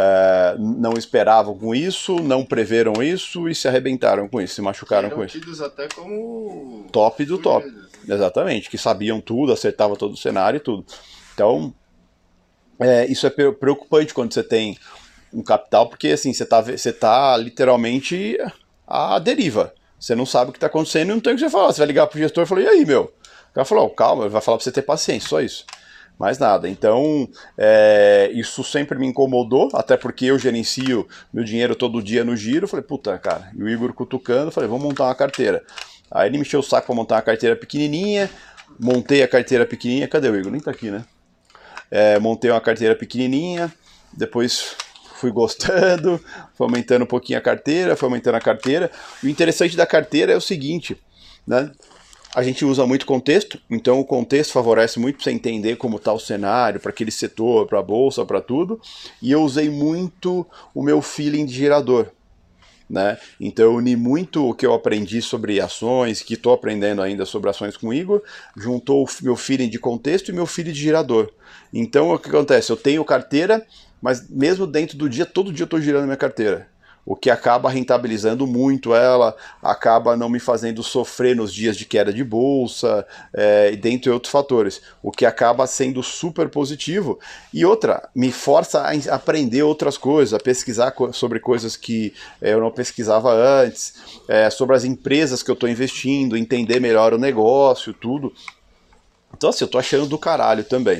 esperavam com isso, não preveram isso e se arrebentaram com isso, se machucaram com isso. Tidos até como top do top, exatamente, que sabiam tudo, acertavam todo o cenário e tudo. Então, isso é preocupante quando você tem um capital, porque assim, você tá literalmente à deriva. Você não sabe o que está acontecendo e não tem o que você falar. Você vai ligar pro gestor e falar, e aí, meu? O cara falou, calma, ele vai falar para você ter paciência, só isso. Mais nada. Então, isso sempre me incomodou, até porque eu gerencio meu dinheiro todo dia no giro. Falei, puta, cara, e o Igor cutucando, falei, vamos montar uma carteira. Aí ele me encheu o saco para montar uma carteira pequenininha, montei a carteira pequenininha, cadê o Igor? Nem tá aqui, né? Montei uma carteira pequenininha, depois fui gostando, fui aumentando um pouquinho a carteira, fui aumentando a carteira. O interessante da carteira é o seguinte, né? A gente usa muito contexto, então o contexto favorece muito para você entender como está o cenário, para aquele setor, para a bolsa, para tudo. E eu usei muito o meu feeling de gerador, né? Então eu uni muito o que eu aprendi sobre ações, que estou aprendendo ainda sobre ações com o Igor, juntou o meu feeling de contexto e meu feeling de gerador. Então o que acontece? Eu tenho carteira, mas mesmo dentro do dia, todo dia eu estou girando minha carteira. O que acaba rentabilizando muito ela, acaba não me fazendo sofrer nos dias de queda de bolsa, dentre outros fatores. O que acaba sendo super positivo. E outra, me força a aprender outras coisas, a pesquisar sobre coisas que eu não pesquisava antes, sobre as empresas que eu estou investindo, entender melhor o negócio, tudo. Então assim, eu estou achando do caralho também.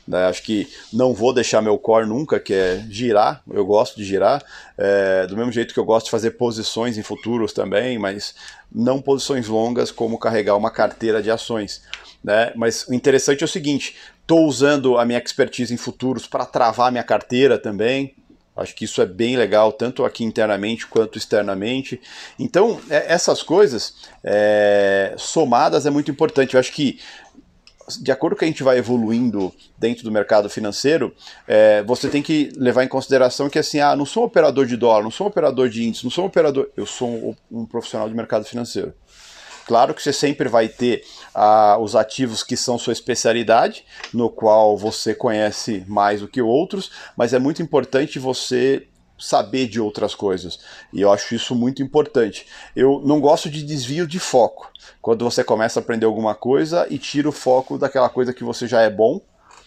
né? Acho que não vou deixar meu core nunca, que é girar, eu gosto de girar, do mesmo jeito que eu gosto de fazer posições em futuros também, mas não posições longas como carregar uma carteira de ações, né? Mas o interessante é o seguinte, estou usando a minha expertise em futuros para travar minha carteira também. Acho que isso é bem legal, tanto aqui internamente quanto externamente. Então, essas coisas somadas é muito importante. Eu acho que, de acordo com que a gente vai evoluindo dentro do mercado financeiro, você tem que levar em consideração que assim, não sou um operador de dólar, não sou um operador de índice, não sou um operador... Eu sou um profissional de mercado financeiro. Claro que você sempre vai ter os ativos que são sua especialidade, no qual você conhece mais do que outros, mas é muito importante você saber de outras coisas. E eu acho isso muito importante. Eu não gosto de desvio de foco. Quando você começa a aprender alguma coisa e tira o foco daquela coisa que você já é bom,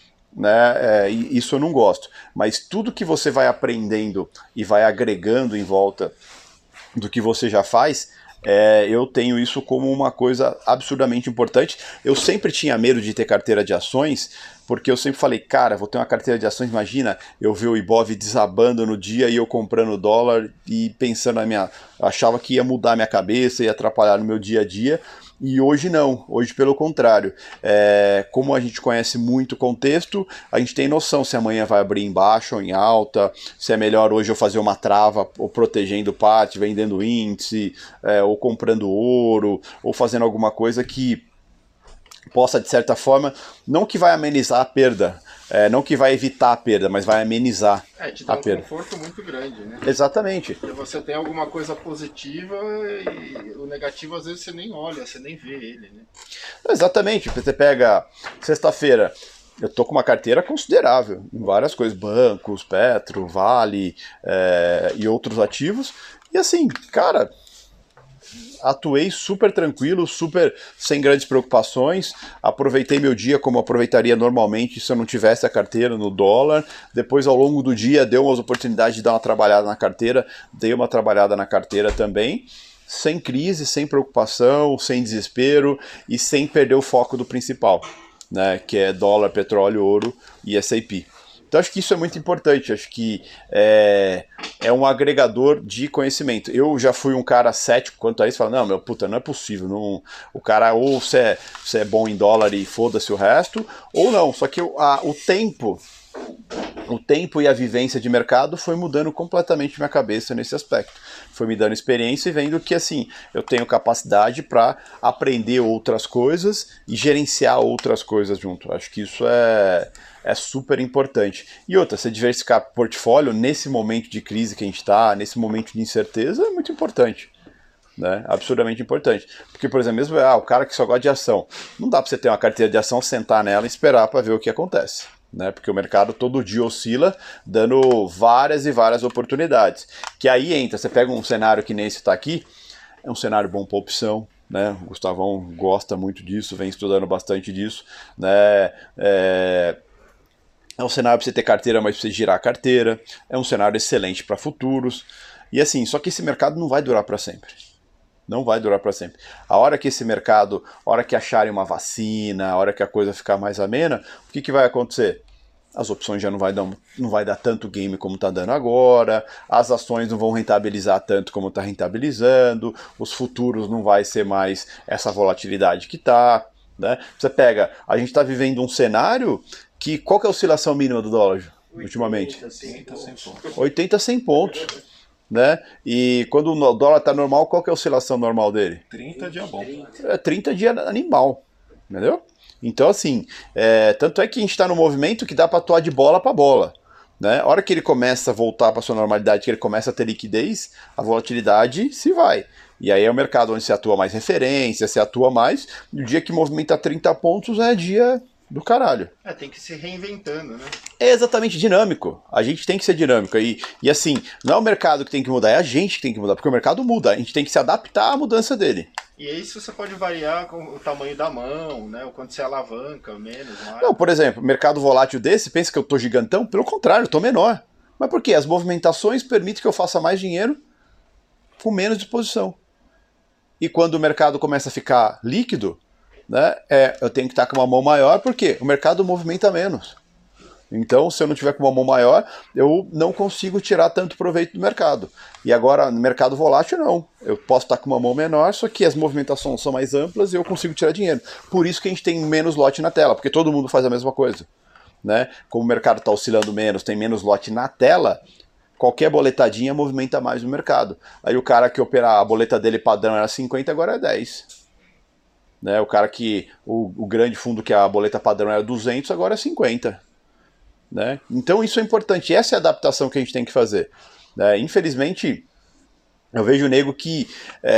né? Isso eu não gosto. Mas tudo que você vai aprendendo e vai agregando em volta do que você já faz... eu tenho isso como uma coisa absurdamente importante. Eu sempre tinha medo de ter carteira de ações, porque eu sempre falei, cara, vou ter uma carteira de ações, imagina eu ver o Ibov desabando no dia e eu comprando dólar e pensando achava que ia mudar a minha cabeça, ia atrapalhar no meu dia a dia. E hoje não, hoje pelo contrário, como a gente conhece muito o contexto, a gente tem noção se amanhã vai abrir em baixa ou em alta, se é melhor hoje eu fazer uma trava ou protegendo parte, vendendo índice, ou comprando ouro, ou fazendo alguma coisa que possa de certa forma, não que vai amenizar a perda, não que vai evitar a perda, mas vai amenizar te dá a perda. Conforto muito grande, né? Exatamente. E você tem alguma coisa positiva e o negativo às vezes você nem olha, você nem vê ele, né? Exatamente. Você pega sexta-feira, eu tô com uma carteira considerável em várias coisas, bancos, Petro, Vale e outros ativos. E assim, cara, atuei super tranquilo, super sem grandes preocupações, aproveitei meu dia como aproveitaria normalmente se eu não tivesse a carteira no dólar. Depois, ao longo do dia, deu umas oportunidades de dar uma trabalhada na carteira, dei uma trabalhada na carteira também, sem crise, sem preocupação, sem desespero e sem perder o foco do principal, né, que é dólar, petróleo, ouro e S&P. Então acho que isso é muito importante, acho que é um agregador de conhecimento. Eu já fui um cara cético quanto a isso, falando, não, não é possível, não, o cara ou você é bom em dólar e foda-se o resto, ou não, só que o tempo e a vivência de mercado foi mudando completamente minha cabeça nesse aspecto. Foi me dando experiência e vendo que assim, eu tenho capacidade para aprender outras coisas e gerenciar outras coisas junto. Acho que isso é super importante. E outra, você diversificar portfólio nesse momento de crise que a gente está, nesse momento de incerteza, é muito importante. Né? Absurdamente importante. Porque, por exemplo, mesmo o cara que só gosta de ação, não dá para você ter uma carteira de ação, sentar nela e esperar para ver o que acontece. Né? Porque o mercado todo dia oscila, dando várias e várias oportunidades. Que aí entra, você pega um cenário que nem esse está aqui, é um cenário bom para opção. Né? O Gustavão gosta muito disso, vem estudando bastante disso. Né? É um cenário para você ter carteira, mas para você girar a carteira. É um cenário excelente para futuros. E assim, só que esse mercado não vai durar para sempre. Não vai durar para sempre. A hora que esse mercado, a hora que acharem uma vacina, a hora que a coisa ficar mais amena, o que vai acontecer? As opções já não vai dar tanto game como está dando agora, as ações não vão rentabilizar tanto como está rentabilizando, os futuros não vai ser mais essa volatilidade que está. Né? Você pega, a gente está vivendo um cenário que, qual que é a oscilação mínima do dólar ultimamente? 80, 100 pontos. Né? E quando o dólar está normal, qual que é a oscilação normal dele? 30 dia bom. 30 dia animal, entendeu? Então assim, tanto é que a gente está no movimento que dá para atuar de bola para bola. Né? A hora que ele começa a voltar para sua normalidade, que ele começa a ter liquidez, a volatilidade se vai. E aí é o mercado onde se atua mais referência, se atua mais, e o dia que movimenta 30 pontos é dia do caralho. Tem que ir se reinventando, né? É exatamente dinâmico. A gente tem que ser dinâmico. E assim, não é o mercado que tem que mudar, é a gente que tem que mudar, porque o mercado muda. A gente tem que se adaptar à mudança dele. E aí você pode variar com o tamanho da mão, né? O quanto você alavanca, menos, mais. Não, por exemplo, mercado volátil desse, pensa que eu tô gigantão? Pelo contrário, eu tô menor. Mas por quê? As movimentações permitem que eu faça mais dinheiro com menos disposição. E quando o mercado começa a ficar líquido, né, eu tenho que estar com uma mão maior, porque o mercado movimenta menos. Então, se eu não tiver com uma mão maior, eu não consigo tirar tanto proveito do mercado. E agora, no mercado volátil, não. Eu posso estar com uma mão menor, só que as movimentações são mais amplas e eu consigo tirar dinheiro. Por isso que a gente tem menos lote na tela, porque todo mundo faz a mesma coisa. Né? Como o mercado está oscilando menos, tem menos lote na tela, qualquer boletadinha movimenta mais no mercado. Aí o cara que operar a boleta dele padrão era 50, agora é 10. Né? O cara que, o grande fundo que a boleta padrão era 200, agora é 50. Né? Então isso é importante, essa é a adaptação que a gente tem que fazer. Né? Infelizmente, eu vejo o nego que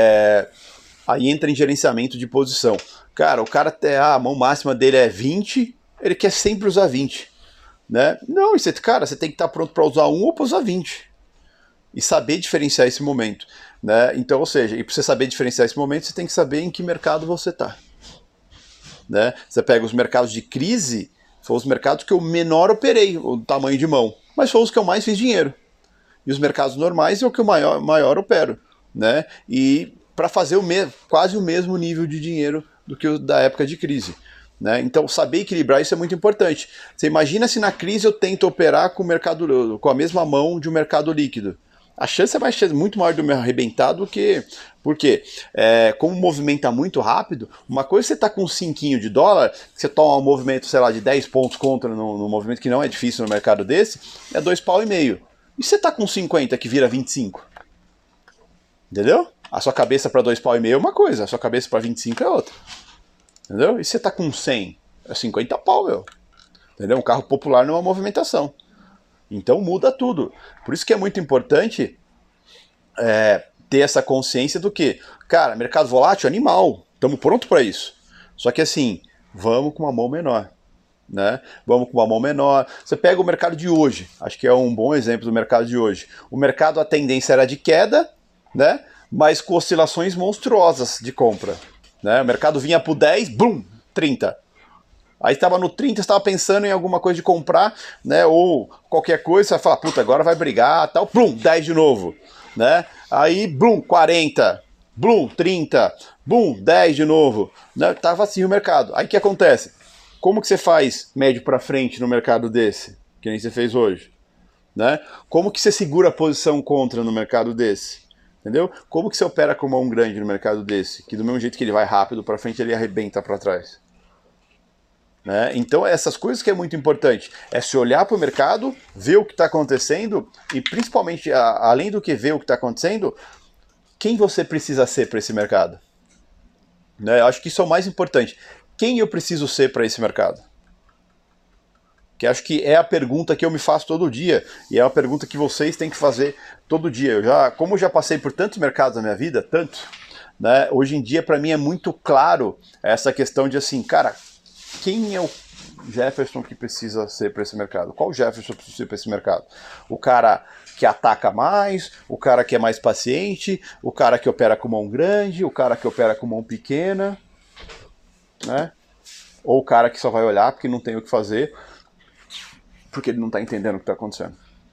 aí entra em gerenciamento de posição. Cara, o cara a mão máxima dele é 20, ele quer sempre usar 20. Né? Não, cara, você tem que estar pronto para usar 1 ou para usar 20. E saber diferenciar esse momento. Né? Então, ou seja, e para você saber diferenciar esse momento, você tem que saber em que mercado você está. Né? Você pega os mercados de crise, foram os mercados que eu menor operei, o tamanho de mão, mas foram os que eu mais fiz dinheiro. E os mercados normais é o que eu maior opero. Né? E para fazer quase o mesmo nível de dinheiro do que o da época de crise. Né? Então, saber equilibrar isso é muito importante. Você imagina se na crise eu tento operar com a mesma mão de um mercado líquido. A chance vai ser muito maior de eu me arrebentar do que... Porque, como movimenta muito rápido, uma coisa é você tá com um cinquinho de dólar, você toma um movimento, sei lá, de 10 pontos contra no movimento que não é difícil no mercado desse, é 2,5 pau. E você tá com 50 que vira 25? Entendeu? A sua cabeça para 2,5 pau é uma coisa, a sua cabeça para 25 é outra. Entendeu? E você tá com 100, é 50 pau, meu. Entendeu? Um carro popular numa movimentação. Então muda tudo. Por isso que é muito importante ter essa consciência do que, cara, mercado volátil, animal, estamos prontos para isso. Só que assim, vamos com uma mão menor. Né? Vamos com uma mão menor. Você pega o mercado de hoje, acho que é um bom exemplo do mercado de hoje. O mercado, a tendência era de queda, né? Mas com oscilações monstruosas de compra. Né? O mercado vinha pro 10, bum, 30. Aí estava no 30, estava pensando em alguma coisa de comprar, né? Ou qualquer coisa, você vai falar, puta, agora vai brigar, tal, blum, 10 de novo, né? Aí, blum, 40, blum, 30, blum, 10 de novo, né? Tava assim o mercado. Aí o que acontece? Como que você faz médio para frente no mercado desse, que nem você fez hoje, né? Como que você segura a posição contra no mercado desse? Entendeu? Como que você opera com mão grande no mercado desse? Que do mesmo jeito que ele vai rápido para frente, ele arrebenta para trás. Né? Então essas coisas que é muito importante, é se olhar para o mercado, ver o que está acontecendo e principalmente, além do que ver o que está acontecendo, quem você precisa ser para esse mercado. Né? Eu acho que isso é o mais importante. Quem eu preciso ser para esse mercado? Que acho que é a pergunta que eu me faço todo dia e é uma pergunta que vocês têm que fazer todo dia. Como eu já passei por tantos mercados na minha vida, tanto, né? Hoje em dia para mim é muito claro essa questão de assim, cara, quem é o Jefferson que precisa ser para esse mercado? Qual Jefferson precisa ser para esse mercado? O cara que ataca mais, o cara que é mais paciente, o cara que opera com mão grande, o cara que opera com mão pequena, né? Ou o cara que só vai olhar porque não tem o que fazer, porque ele não está entendendo o que está acontecendo.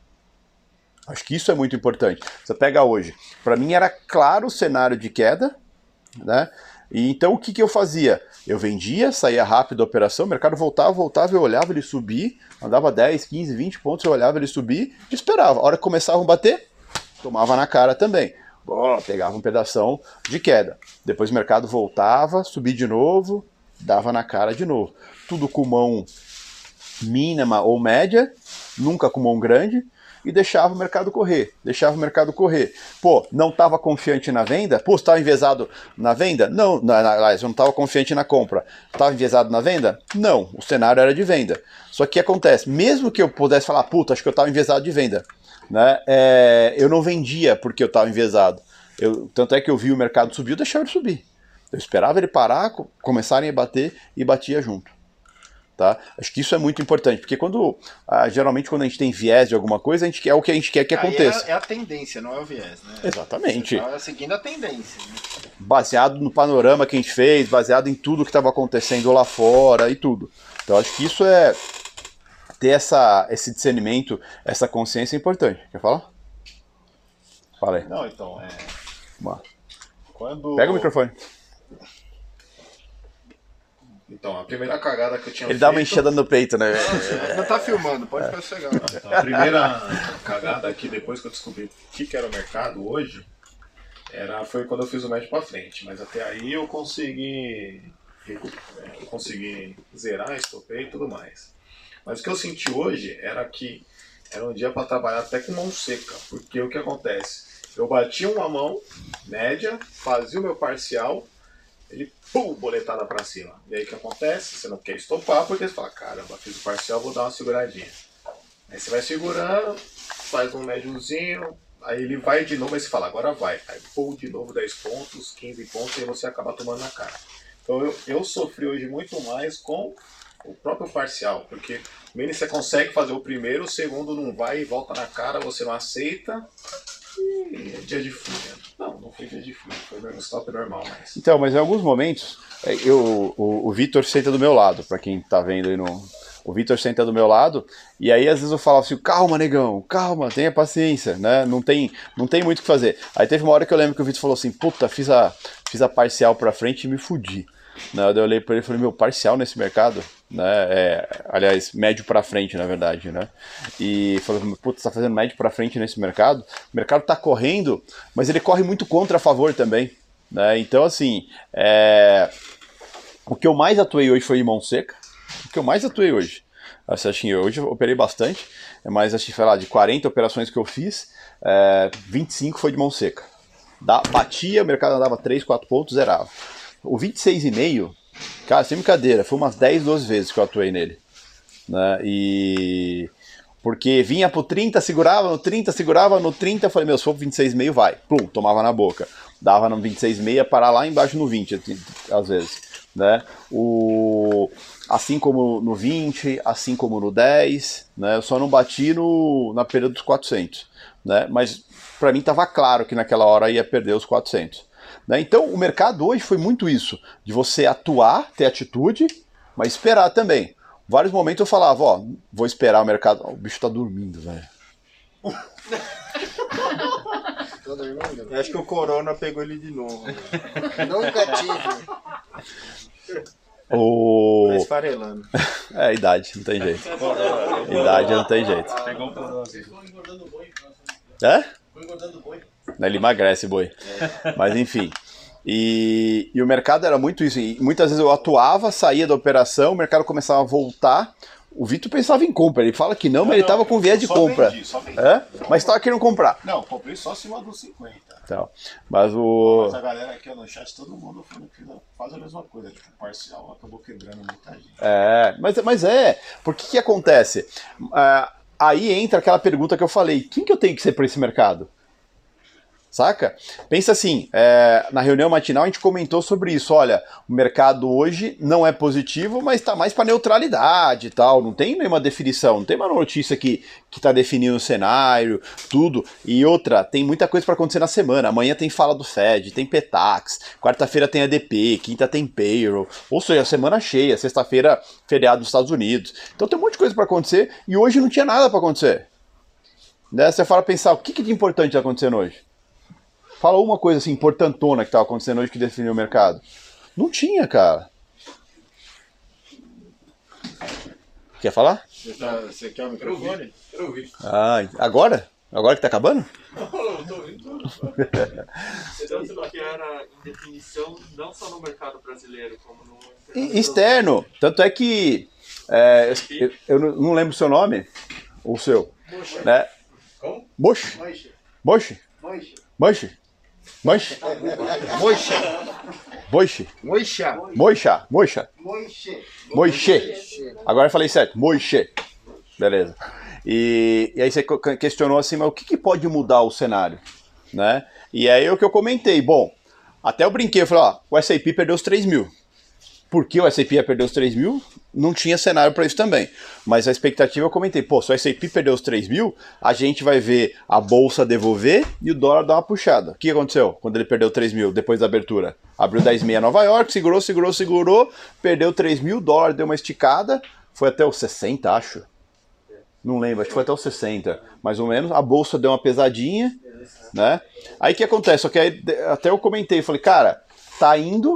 Acho que isso é muito importante. Você pega hoje, para mim era claro o cenário de queda, né? E então o que eu fazia? Eu vendia, saía rápido da operação, o mercado voltava, eu olhava ele subir, andava 10, 15, 20 pontos, eu olhava ele subir e esperava. A hora que começavam a bater, tomava na cara também. Pegava um pedação de queda. Depois o mercado voltava, subia de novo, dava na cara de novo. Tudo com mão mínima ou média, nunca com mão grande, e deixava o mercado correr, Pô, não estava confiante na venda? Pô, estava enviesado na venda? Não, eu não estava confiante na compra. Estava enviesado na venda? Não, o cenário era de venda. Só que o que acontece? Mesmo que eu pudesse falar, puta, acho que eu estava enviesado de venda, né? Eu não vendia porque eu estava enviesado. Tanto é que eu vi o mercado subir, eu deixava ele subir. Eu esperava ele parar, começarem a bater e batia junto. Tá? Acho que isso é muito importante, porque geralmente quando a gente tem viés de alguma coisa, a gente quer o que a gente quer que aconteça. É a tendência, não é o viés, né? Exatamente. Você tá seguindo a tendência. Né? Baseado no panorama que a gente fez, baseado em tudo que estava acontecendo lá fora e tudo. Então acho que isso é ter esse discernimento, essa consciência é importante. Quer falar? Fala aí. Não, então, Pega o microfone. Então, a primeira cagada que eu tinha Ele dá uma enchida no peito, né? Não tá filmando, pode ficar sossegado. Então, a primeira cagada aqui, depois que eu descobri o que era o mercado hoje, foi quando eu fiz o médio pra frente. Mas até aí eu consegui zerar, estopei e tudo mais. Mas o que eu senti hoje era que era um dia para trabalhar até com mão seca. Porque o que acontece? Eu batia uma mão média, fazia o meu parcial, ele pum, boletada para cima. E aí o que acontece? Você não quer estopar porque você fala, caramba, fiz o parcial, vou dar uma seguradinha. Aí você vai segurando, faz um médiozinho, aí ele vai de novo, aí você fala, agora vai. Aí pum, de novo 10 pontos, 15 pontos, e aí você acaba tomando na cara. Então eu sofri hoje muito mais com o próprio parcial, porque menos você consegue fazer o primeiro, o segundo não vai e volta na cara, você não aceita. E é dia de fúria. Não foi dia de fúria, foi um stop normal. Mas... Então, mas em alguns momentos, o Vitor senta do meu lado, pra quem tá vendo aí no... O Vitor senta do meu lado, e aí às vezes eu falava assim, calma, negão, calma, tenha paciência, né? Não tem muito o que fazer. Aí teve uma hora que eu lembro que o Vitor falou assim, puta, fiz a parcial pra frente e me fudi. Né? Eu olhei pra ele e falei, meu, parcial nesse mercado? Né? Aliás, médio pra frente, na verdade, né? E falei, puta, você tá fazendo médio pra frente nesse mercado? O mercado tá correndo, mas ele corre muito contra a favor também, né? Então, assim, o que eu mais atuei hoje foi em mão seca. O que eu mais atuei hoje. Assim, hoje eu operei bastante, mas acho que, sei lá, de 40 operações que eu fiz, 25 foi de mão seca. Batia, o mercado andava 3, 4 pontos, zerava. O 26,5, cara, sem brincadeira, foi umas 10, 12 vezes que eu atuei nele. Né? E... Porque vinha pro 30, segurava no 30, eu falei, meu, se for pro 26,5, vai. Plum, tomava na boca. Dava no 26,5, parar lá embaixo no 20, às vezes. Né? Assim como no 20, assim como no 10, né? Eu só não bati na perda dos 400. Né? Mas para mim estava claro que naquela hora ia perder os 400. Né? Então o mercado hoje foi muito isso, de você atuar, ter atitude, mas esperar também. Vários momentos eu falava, ó, vou esperar o mercado... O bicho tá dormindo, velho. Tô dormindo? Eu acho que o corona pegou ele de novo. Nunca tive. Tá esfarelando. Idade, não tem jeito. Idade não tem jeito. Pegou um porão. Ficou engordando boi. Ficou engordando boi. Ele emagrece, boi. Mas enfim. E o mercado era muito isso. E muitas vezes eu atuava, saía da operação, o mercado começava a voltar. O Vitor pensava em compra. Ele fala que não, mas ele estava com viés de compra. Só vendi. Mas estava querendo comprar. Não, comprei só acima dos 50. Então, mas Mas a galera aqui no chat, todo mundo faz a mesma coisa. Tipo, o parcial acabou quebrando muita gente. Mas porque que acontece? Aí entra aquela pergunta que eu falei: quem que eu tenho que ser para esse mercado? Saca? Pensa assim, na reunião matinal a gente comentou sobre isso. Olha, o mercado hoje não é positivo, mas está mais para neutralidade e tal. Não tem nenhuma definição, não tem uma notícia que está definindo o cenário, tudo. E outra, tem muita coisa para acontecer na semana. Amanhã tem fala do Fed, tem Petax, quarta-feira tem ADP, quinta tem payroll. Ou seja, semana cheia, sexta-feira feriado dos Estados Unidos. Então tem um monte de coisa para acontecer e hoje não tinha nada para acontecer. Né? Você fala pensar, o que de importante está acontecendo hoje? Fala uma coisa assim, importantona que estava acontecendo hoje que definiu o mercado. Não tinha, cara. Quer falar? Você quer o microfone? Eu ouvi. Agora? Agora que tá acabando? Não, tô ouvindo. Tanto que era em definição, não só no mercado brasileiro, como no Externo. Tanto é que eu não lembro o seu nome. Ou o seu. Né? Como? Moche? Moche? Moche? Moche? Moche? Moche. Agora eu falei certo. Moche. Beleza. E aí você questionou assim, mas o que pode mudar o cenário? Né? E aí o que eu comentei. Bom, até eu brinquei, eu falei, ó, o S&P perdeu os 3 mil. Por que o S&P ia perder os 3 mil? Não tinha cenário para isso também. Mas a expectativa eu comentei, pô, se o S&P perdeu os 3 mil, a gente vai ver a bolsa devolver e o dólar dar uma puxada. O que aconteceu quando ele perdeu 3 mil depois da abertura? Abriu 10,6 Nova York, segurou, perdeu 3 mil, dólar deu uma esticada, foi até os 60, acho. Não lembro, acho que foi até os 60, mais ou menos. A bolsa deu uma pesadinha, né? Aí o que acontece? Só que aí, até eu comentei, falei, cara, tá indo,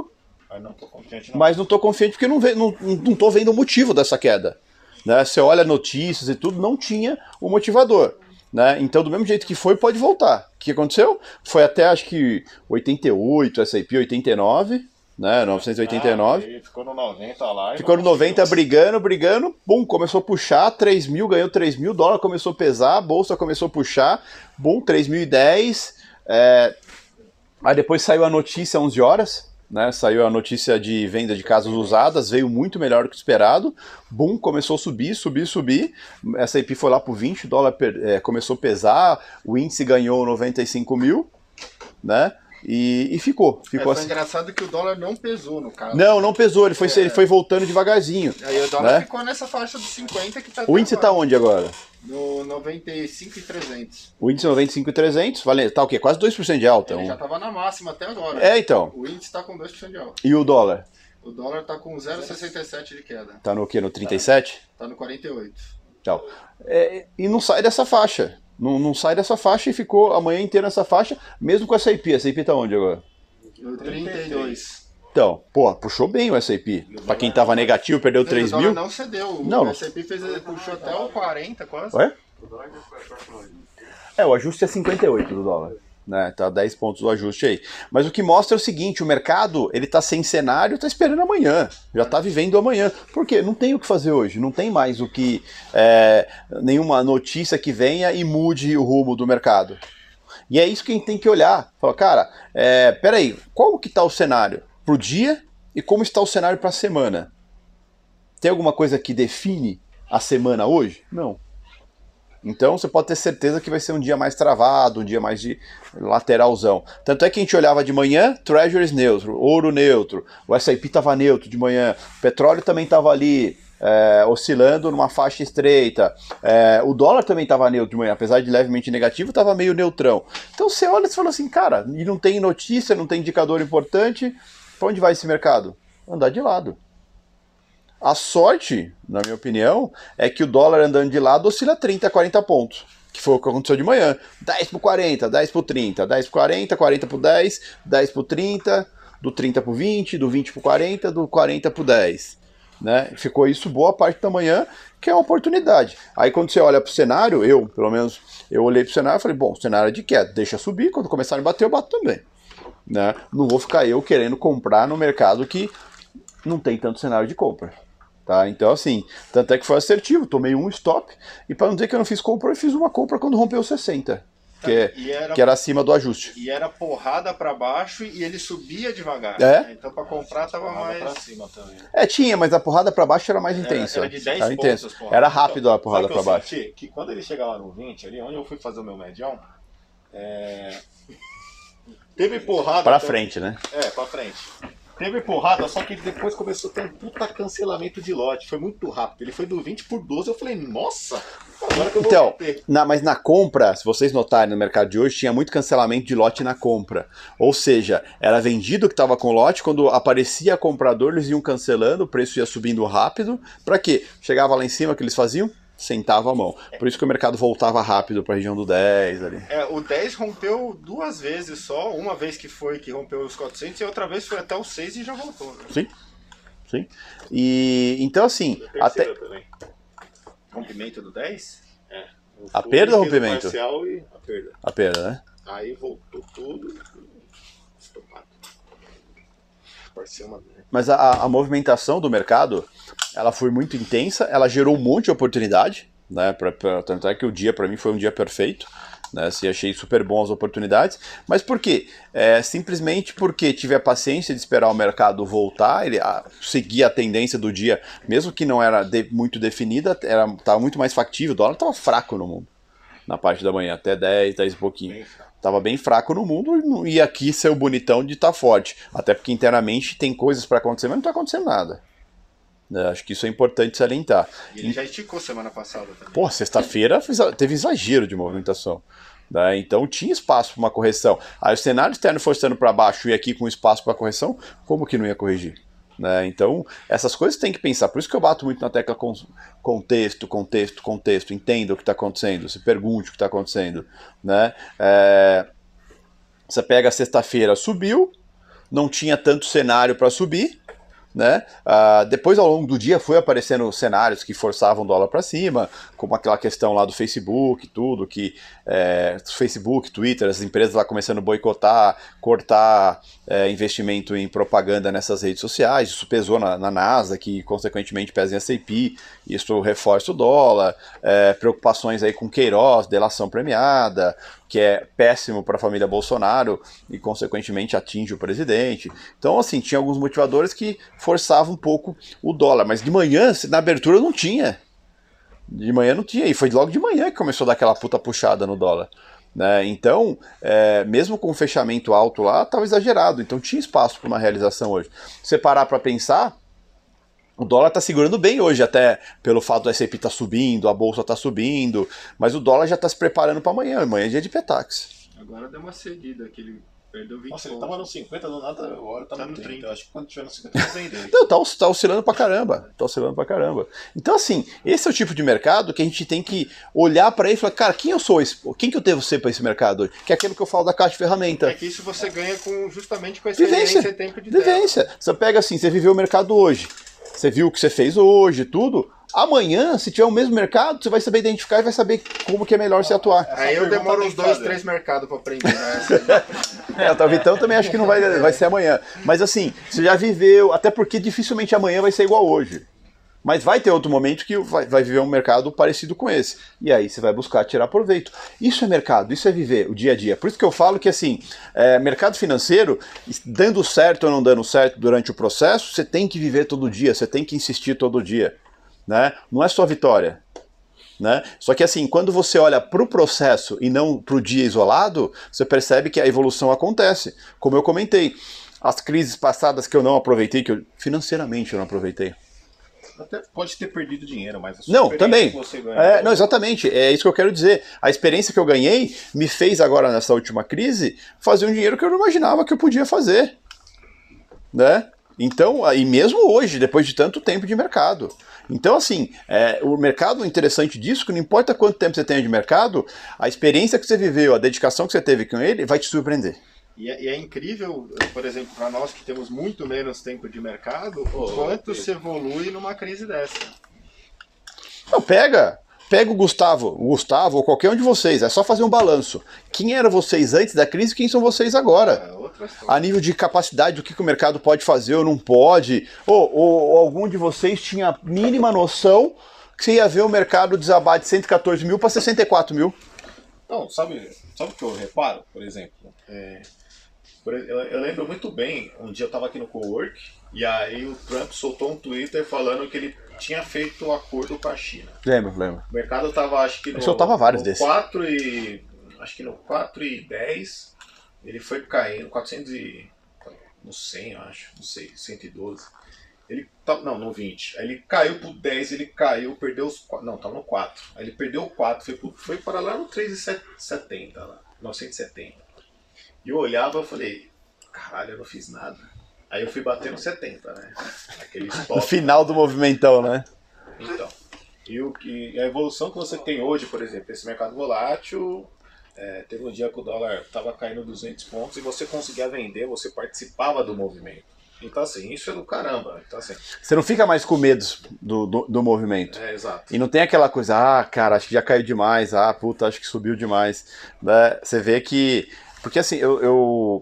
Mas não tô confiante, não. Mas não estou confiante porque não estou vendo o motivo dessa queda. Né? Você olha notícias e tudo, não tinha o motivador. Né? Então, do mesmo jeito que foi, pode voltar. O que aconteceu? Foi até, acho que, 88, S&P 89, né? 989. Ele ficou no 90 lá. Ficou no 90 brigando, bum, começou a puxar, 3 mil, ganhou 3 mil, dólar começou a pesar, a bolsa começou a puxar, bum, 3.010. Aí depois saiu a notícia 11 horas, né? Saiu a notícia de venda de casas usadas, veio muito melhor do que esperado, bum, começou a subir. Essa S&P foi lá pro 20, o dólar começou a pesar, o índice ganhou 95 mil, né? E ficou Foi assim. engraçado que o dólar não pesou no caso. Não pesou, ele foi voltando devagarzinho. Aí o dólar né? ficou nessa faixa dos 50 que tá O índice tá onde agora? No 95.300. O índice 95.300, vale, tá o quê? Quase 2% de alta. Ele já tava na máxima até agora. Então. O índice tá com 2% de alta. E o dólar? O dólar tá com 0,67 de queda. Tá no quê? No 37? Tá no 48. Então, e não sai dessa faixa. Não sai dessa faixa e ficou a manhã inteira nessa faixa, mesmo com a S&P. A S&P tá onde agora? No 32. Então, puxou bem o S&P. Pra quem tava negativo, perdeu 3 mil. O dólar não cedeu. Não. O S&P puxou até o 40 quase. Ué? O ajuste é 58 do dólar. Né? Tá 10 pontos do ajuste aí. Mas o que mostra é o seguinte, o mercado, ele tá sem cenário, tá esperando amanhã. Já tá vivendo amanhã. Por quê? Não tem o que fazer hoje. Não tem mais o que... nenhuma notícia que venha e mude o rumo do mercado. E é isso que a gente tem que olhar. Fala, cara, peraí, qual que tá o cenário pro dia e como está o cenário para a semana? Tem alguma coisa que define a semana hoje? Não. Então você pode ter certeza que vai ser um dia mais travado, um dia mais de lateralzão. Tanto é que a gente olhava de manhã, Treasuries neutro, ouro neutro, o S&P estava neutro de manhã, o petróleo também estava ali oscilando numa faixa estreita, o dólar também estava neutro de manhã, apesar de levemente negativo, estava meio neutrão. Então você olha e fala assim, cara, e não tem notícia, não tem indicador importante, para onde vai esse mercado? Andar de lado. A sorte, na minha opinião, é que o dólar andando de lado oscila 30 a 40 pontos. Que foi o que aconteceu de manhã. 10 pro 40, 10 pro 30, 10 pro 40, 40 pro 10, 10 pro 30, do 30 pro 20, do 20 pro 40, do 40 pro 10. Né? Ficou isso boa parte da manhã, que é uma oportunidade. Aí quando você olha pro cenário, pelo menos, eu olhei pro cenário e falei, bom, cenário é de queda, deixa subir, quando começarem a bater, eu bato também. Né? Não vou ficar eu querendo comprar no mercado que não tem tanto cenário de compra. Tá? Então, assim, tanto é que foi assertivo, tomei um stop, e para não dizer que eu não fiz compra, eu fiz uma compra quando rompeu 60, que era acima do ajuste. E era porrada para baixo e ele subia devagar. Então para comprar tava mais pra cima também. Tinha, mas a porrada para baixo era mais intensa. Era de 10 pontos, porra. Era rápido a porrada para baixo. Que quando ele chegava no 20, ali onde eu fui fazer o meu medião, teve porrada... Para frente, né? Para frente. Teve porrada, só que depois começou a ter um puta cancelamento de lote. Foi muito rápido. Ele foi do 20 por 12. Eu falei, nossa, agora que eu vou meter. Mas na compra, se vocês notarem no mercado de hoje, tinha muito cancelamento de lote na compra. Ou seja, era vendido o que estava com lote, quando aparecia comprador, eles iam cancelando, o preço ia subindo rápido. Para quê? Chegava lá em cima, o que eles faziam? Sentava a mão. Por isso que o mercado voltava rápido para a região do 10 ali. O 10 rompeu duas vezes só, uma vez que rompeu os 400 e outra vez foi até os 6 e já voltou. Né? Sim. E então assim, até também. Rompimento do 10? A perda ou rompimento? Parcial e a perda. A perda, né? Aí voltou tudo. Estopado. Parecia uma... Mas a movimentação do mercado, ela foi muito intensa, ela gerou um monte de oportunidade, né? Tanto é que o dia para mim foi um dia perfeito, né? Assim, achei super bom as oportunidades. Mas por quê? Simplesmente porque tive a paciência de esperar o mercado voltar, ele seguir a tendência do dia, mesmo que não era muito definida, estava muito mais factível, o dólar estava fraco no mundo, na parte da manhã, até 10 e pouquinho. Estava bem fraco no mundo e aqui saiu bonitão de estar forte. Até porque internamente tem coisas para acontecer, mas não está acontecendo nada. Acho que isso é importante salientar. E ele já esticou semana passada também. Pô, sexta-feira teve exagero de movimentação. Né? Então tinha espaço para uma correção. Aí o cenário externo forçando para baixo e aqui com espaço para correção, como que não ia corrigir? Né? Então, essas coisas tem que pensar. Por isso que eu bato muito na tecla contexto. Entenda o que está acontecendo. Se pergunte o que está acontecendo. Né? Você pega a sexta-feira, subiu. não tinha tanto cenário para subir, né? Depois, ao longo do dia, foi aparecendo cenários que forçavam o dólar para cima, como aquela questão lá do Facebook, tudo, que Facebook, Twitter, as empresas lá começando a boicotar, cortar investimento em propaganda nessas redes sociais. Isso pesou na Nasdaq, que consequentemente pesa em S&P, isso reforça o dólar, preocupações aí com Queiroz, delação premiada, que é péssimo para a família Bolsonaro e, consequentemente, atinge o presidente. Então, assim, tinha alguns motivadores que forçavam um pouco o dólar. Mas de manhã, na abertura, não tinha. De manhã não tinha. E foi logo de manhã que começou a dar aquela puta puxada no dólar. Né? Então, mesmo com o fechamento alto lá, estava exagerado. Então, tinha espaço para uma realização hoje. Se você parar para pensar, o dólar está segurando bem hoje, até pelo fato do S&P estar subindo, a bolsa está subindo, mas o dólar já está se preparando para amanhã. Amanhã é dia de Petax. Agora deu uma cedida, que ele perdeu 20 Nossa, ele pontos. tava no 50, do nada, agora tá no 30. Eu acho que quando tiver no 50, eu vou vender. Não, tá oscilando pra caramba. Tá oscilando pra caramba. Então, assim, esse é o tipo de mercado que a gente tem que olhar para ele e falar, cara, quem eu sou? Quem que eu devo ser para esse mercado hoje? Que é aquilo que eu falo da caixa de ferramenta. É que isso você ganha justamente com a experiência e tempo de Vivência. tela. Você pega assim, você viveu o mercado hoje. Você viu o que você fez hoje, tudo. Amanhã, se tiver o mesmo mercado, você vai saber identificar e vai saber como que é melhor se atuar. Aí eu demoro uns 2, 3 mercados para aprender. Né? O Vitão também acho que não vai ser amanhã. Mas assim, você já viveu, até porque dificilmente amanhã vai ser igual hoje. Mas vai ter outro momento que vai viver um mercado parecido com esse. E aí você vai buscar tirar proveito. Isso é mercado, isso é viver o dia a dia. Por isso que eu falo que assim, mercado financeiro, dando certo ou não dando certo durante o processo, você tem que viver todo dia, você tem que insistir todo dia. Né? Não é só vitória. Né? Só que assim, quando você olha para o processo e não para o dia isolado, você percebe que a evolução acontece. Como eu comentei, as crises passadas que eu não aproveitei, financeiramente eu não aproveitei. Até pode ter perdido dinheiro, mas a não, também. Que você ganhou, não, exatamente. É isso que eu quero dizer. A experiência que eu ganhei me fez agora, nessa última crise, fazer um dinheiro que eu não imaginava que eu podia fazer. Né? Então, e mesmo hoje, depois de tanto tempo de mercado. Então, assim, o mercado, o interessante disso, que não importa quanto tempo você tenha de mercado, a experiência que você viveu, a dedicação que você teve com ele, vai te surpreender. E é incrível, por exemplo, para nós que temos muito menos tempo de mercado, o quanto se evolui numa crise dessa. Não, pega o Gustavo ou qualquer um de vocês, é só fazer um balanço. Quem eram vocês antes da crise e quem são vocês agora? A nível de capacidade do que o mercado pode fazer ou não pode, ou algum de vocês tinha a mínima noção que você ia ver o mercado desabar de 114 mil para 64 mil. Não, sabe o que eu reparo, por exemplo? Eu lembro muito bem, um dia eu estava aqui no Cowork, e aí o Trump soltou um Twitter falando que ele tinha feito um acordo com a China. Lembro. O mercado estava, acho que no 4,10, ele foi caindo, 400 e... no 100, eu acho, não sei, 112. No 20. Aí ele caiu pro 10, ele caiu, perdeu os 4. Não, tava no 4. Aí ele perdeu o 4, foi para lá no 3,70 lá, 970. E eu olhava e falei, caralho, eu não fiz nada. Aí eu fui bater no 70, né? Aquele stop. No final do movimentão, né? Então. E a evolução que você tem hoje, por exemplo, esse mercado volátil, teve um dia que o dólar estava caindo 200 pontos e você conseguia vender, você participava do movimento. Então assim, isso é do caramba. Então, assim, você não fica mais com medo do movimento. Exato. E não tem aquela coisa, cara, acho que já caiu demais, puta, acho que subiu demais. Né? Você vê que... Porque assim, eu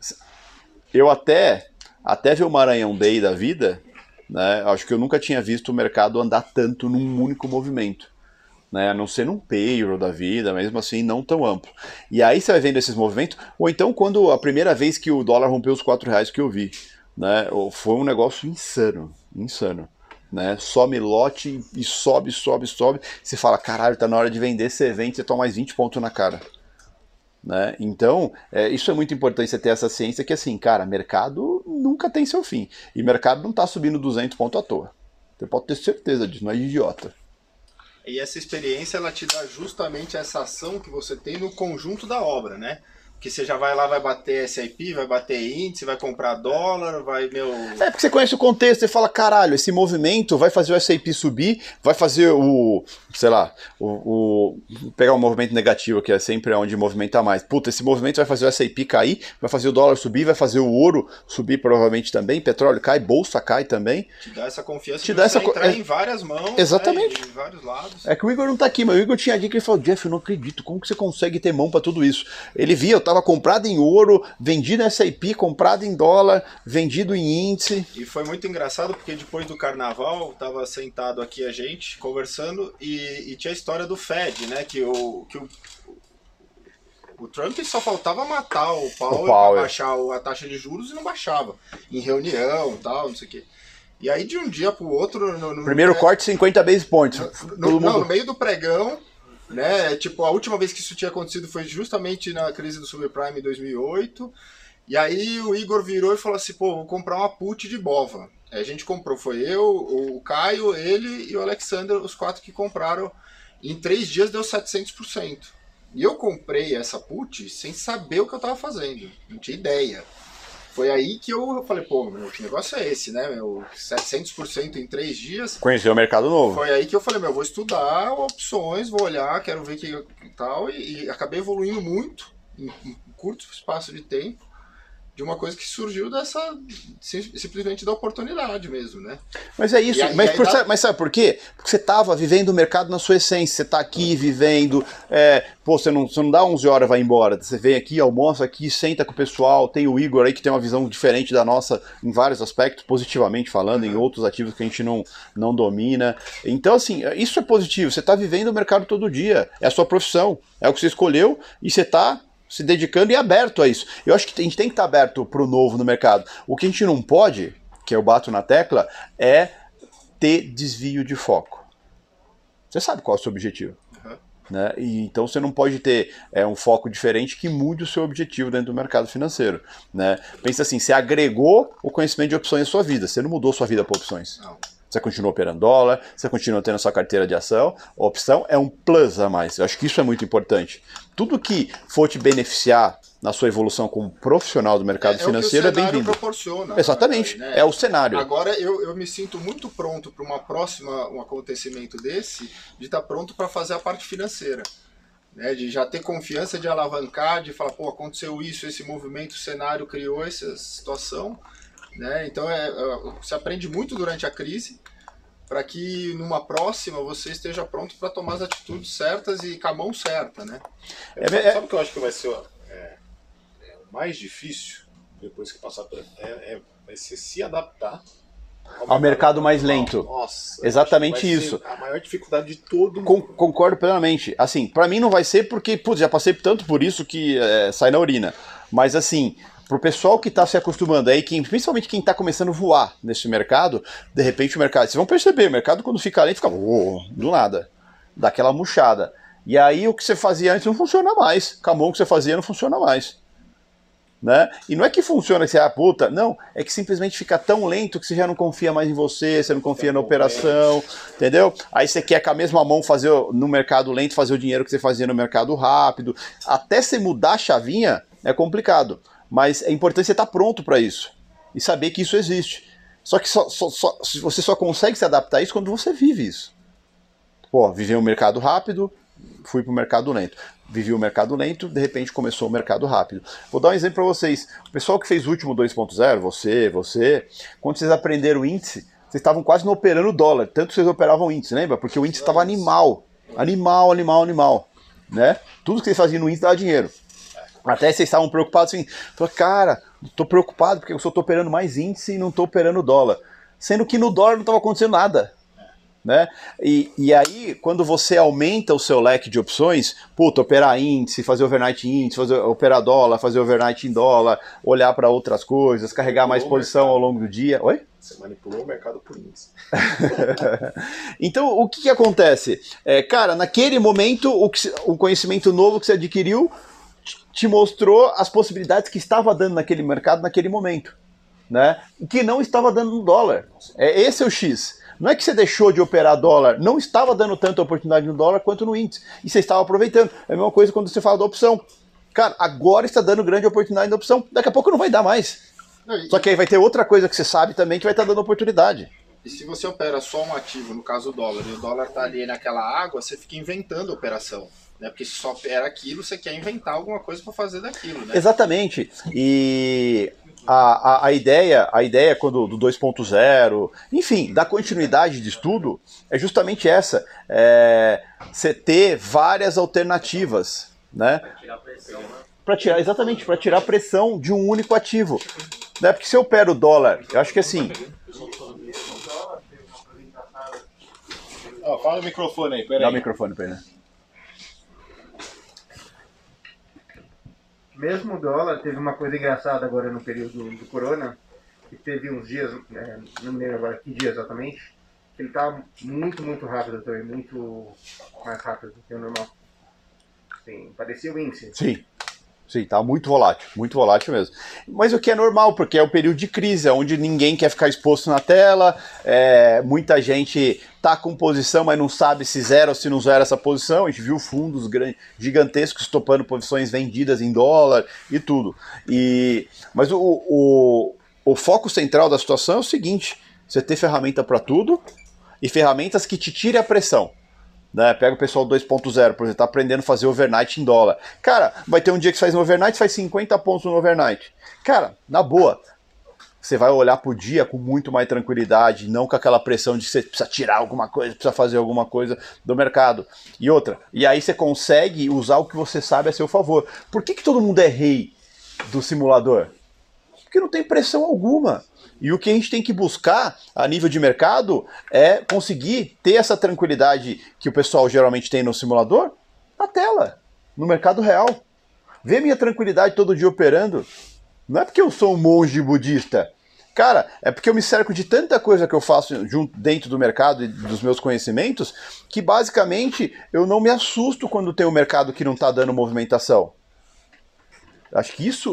até ver o Maranhão Day da vida, né, acho que eu nunca tinha visto o mercado andar tanto num único movimento. Né, a não ser num payroll da vida, mesmo assim não tão amplo. E aí você vai vendo esses movimentos, ou então quando a primeira vez que o dólar rompeu os R$4 que eu vi, né, foi um negócio insano. Né, some lote e sobe. Você fala, caralho, tá na hora de vender, você vende, você toma mais 20 pontos na cara. Né? Então, isso é muito importante, você ter essa ciência que assim, cara, mercado nunca tem seu fim. E mercado não tá subindo 200 pontos à toa. Você pode ter certeza disso, não é idiota. E essa experiência, ela te dá justamente essa ação que você tem no conjunto da obra, né? Porque você já vai lá, vai bater S&P, vai bater índice, vai comprar dólar, vai, É porque você conhece o contexto, você fala, caralho, esse movimento vai fazer o S&P subir, vai fazer sei lá, pegar um movimento negativo, que é sempre onde movimenta mais. Puta, esse movimento vai fazer o S&P cair, vai fazer o dólar subir, vai fazer o ouro subir provavelmente também, petróleo cai, bolsa cai também. Te dá essa confiança de você entrar em várias mãos, exatamente. Né, em vários lados. É que o Igor não tá aqui, mas o Igor tinha dica e ele falou, Jeff, eu não acredito, como que você consegue ter mão pra tudo isso? Ele via, eu tava comprado em ouro, vendido em S&P, comprado em dólar, vendido em índice. E foi muito engraçado porque depois do carnaval, tava sentado aqui a gente, conversando, e tinha a história do Fed, né, que o Trump só faltava matar o Powell para baixar a taxa de juros e não baixava. Em reunião e tal, não sei o quê. E aí de um dia pro outro... Primeiro corte, 50 base points. No meio do pregão, né, tipo, a última vez que isso tinha acontecido foi justamente na crise do subprime em 2008. E aí o Igor virou e falou assim, pô, vou comprar uma put de BOVA. A gente comprou, foi eu, o Caio, ele e o Alexander, os 4 que compraram. Em 3 dias deu 700%. E eu comprei essa put sem saber o que eu tava fazendo. Não tinha ideia. Foi aí que eu falei, pô, meu, que negócio é esse, né? Meu, 700% em 3 dias. Conheceu o mercado novo. Foi aí que eu falei, meu, vou estudar opções, vou olhar, quero ver que tal. E acabei evoluindo muito em curto espaço de tempo. De uma coisa que surgiu simplesmente da oportunidade mesmo, né? Mas é isso, mas sabe por quê? Porque você estava vivendo o mercado na sua essência, você está aqui vivendo, você não dá 11 horas e vai embora, você vem aqui, almoça aqui, senta com o pessoal, tem o Igor aí que tem uma visão diferente da nossa em vários aspectos, positivamente falando, em outros ativos que a gente não domina. Então assim, isso é positivo, você está vivendo o mercado todo dia, é a sua profissão, é o que você escolheu e você está se dedicando e aberto a isso. Eu acho que a gente tem que estar aberto para o novo no mercado. O que a gente não pode, que eu bato na tecla, é ter desvio de foco. Você sabe qual é o seu objetivo. Né? E então você não pode ter um foco diferente que mude o seu objetivo dentro do mercado financeiro. Né? Pensa assim, você agregou o conhecimento de opções à sua vida, você não mudou sua vida para opções. Não. Você continua operando dólar, você continua tendo a sua carteira de ação, a opção é um plus a mais. Eu acho que isso é muito importante. Tudo que for te beneficiar na sua evolução como profissional do mercado financeiro é bem-vindo. Proporciona. Exatamente, né? É o cenário. Agora eu me sinto muito pronto para um acontecimento desse, de estar pronto para fazer a parte financeira. Né? De já ter confiança de alavancar, de falar, pô, aconteceu isso, esse movimento, o cenário criou essa situação. Né? Então você aprende muito durante a crise para que numa próxima você esteja pronto para tomar as atitudes certas e com a mão certa, né? Sabe o que eu acho que vai ser o mais difícil depois que passar por vai ser se adaptar ao mercado mais lento. Nossa, exatamente isso. A maior dificuldade de todo mundo. Concordo plenamente. Assim, para mim não vai ser porque, já passei tanto por isso que sai na urina. Mas assim, pro pessoal que está se acostumando aí, principalmente quem está começando a voar nesse mercado, de repente o mercado, vocês vão perceber, o mercado quando fica lento fica do nada, dá aquela murchada. E aí o que você fazia antes não funciona mais, com a mão que você fazia não funciona mais. Né? E não é que funciona que você, puta, não, é que simplesmente fica tão lento que você já não confia mais em você não confia na operação, entendeu? Aí você quer com a mesma mão fazer no mercado lento, fazer o dinheiro que você fazia no mercado rápido, até você mudar a chavinha é complicado. Mas é importante você estar pronto para isso e saber que isso existe. Só que você só consegue se adaptar a isso quando você vive isso. Pô, vivi um mercado rápido, fui para o mercado lento. Vivi o mercado lento, de repente começou o mercado rápido. Vou dar um exemplo para vocês. O pessoal que fez o último 2.0, você, quando vocês aprenderam o índice, vocês estavam quase não operando dólar, tanto que vocês operavam o índice, lembra? Porque o índice estava animal. Né? Tudo que vocês faziam no índice dava dinheiro. Até vocês estavam preocupados assim, cara, estou preocupado porque eu só estou operando mais índice e não estou operando dólar. Sendo que no dólar não estava acontecendo nada. Né? E aí, quando você aumenta o seu leque de opções, operar índice, fazer overnight índice, operar dólar, fazer overnight em dólar, olhar para outras coisas, carregar mais posição ao longo do dia. Oi? Você manipulou o mercado por índice. Então, o que acontece? Cara, naquele momento, o conhecimento novo que você adquiriu te mostrou as possibilidades que estava dando naquele mercado naquele momento, né? E que não estava dando no dólar. Esse é o X. Não é que você deixou de operar dólar, não estava dando tanta oportunidade no dólar quanto no índice. E você estava aproveitando. É a mesma coisa quando você fala da opção. Cara, agora está dando grande oportunidade na opção, daqui a pouco não vai dar mais. Só que aí vai ter outra coisa que você sabe também que vai estar dando oportunidade. E se você opera só um ativo, no caso o dólar, e o dólar está ali naquela água, você fica inventando a operação. Né? Porque se só opera aquilo, você quer inventar alguma coisa para fazer daquilo. Né? Exatamente. E a ideia quando, do 2.0, enfim, da continuidade de estudo, é justamente essa. Você ter várias alternativas, né? Para tirar a pressão de um único ativo. Né? Porque se eu opero o dólar, eu acho que assim... Fala no microfone aí, peraí. Dá o microfone pra ele. Mesmo o dólar, teve uma coisa engraçada agora no período do corona, que teve uns dias, não me lembro agora que dia exatamente, que ele estava muito, muito rápido também, muito mais rápido do que o normal. Assim, parecia o índice. Sim, tá muito volátil mesmo. Mas o que é normal, porque é um período de crise, onde ninguém quer ficar exposto na tela, muita gente tá com posição, mas não sabe se zera ou se não zera essa posição. A gente viu fundos gigantescos topando posições vendidas em dólar e tudo. Mas o foco central da situação é o seguinte: você ter ferramenta para tudo e ferramentas que te tirem a pressão. Né? Pega o pessoal 2.0, por exemplo, tá aprendendo a fazer overnight em dólar. Cara, vai ter um dia que você faz um overnight, faz 50 pontos no overnight. Cara, na boa, você vai olhar pro dia com muito mais tranquilidade, não com aquela pressão de que você precisa tirar alguma coisa, precisa fazer alguma coisa do mercado. E aí você consegue usar o que você sabe a seu favor. Por que todo mundo é rei do simulador? Porque não tem pressão alguma. E o que a gente tem que buscar a nível de mercado é conseguir ter essa tranquilidade que o pessoal geralmente tem no simulador na tela, no mercado real. Ver minha tranquilidade todo dia operando não é porque eu sou um monge budista. Cara, é porque eu me cerco de tanta coisa que eu faço dentro do mercado e dos meus conhecimentos que basicamente eu não me assusto quando tem um mercado que não está dando movimentação. Acho que isso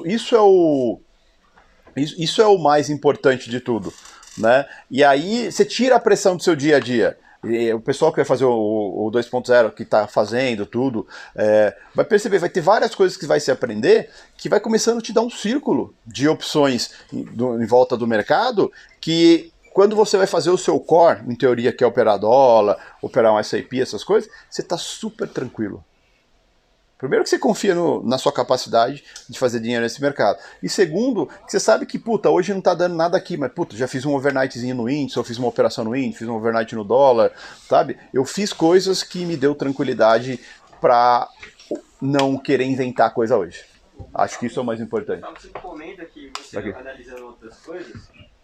é o mais importante de tudo, né? E aí você tira a pressão do seu dia a dia. E o pessoal que vai fazer o 2.0, que está fazendo tudo, vai perceber, vai ter várias coisas que vai se aprender, que vai começando a te dar um círculo de opções em volta do mercado, que quando você vai fazer o seu core, em teoria que é operar dólar, operar um SAP, essas coisas, você está super tranquilo. Primeiro que você confia na sua capacidade de fazer dinheiro nesse mercado. E segundo, que você sabe que, hoje não tá dando nada aqui, mas, já fiz um overnightzinho no índice, eu fiz uma operação no índice, fiz um overnight no dólar, sabe? Eu fiz coisas que me deu tranquilidade para não querer inventar coisa hoje. Acho que isso é o mais importante. Você comenta que você, analisando outras coisas,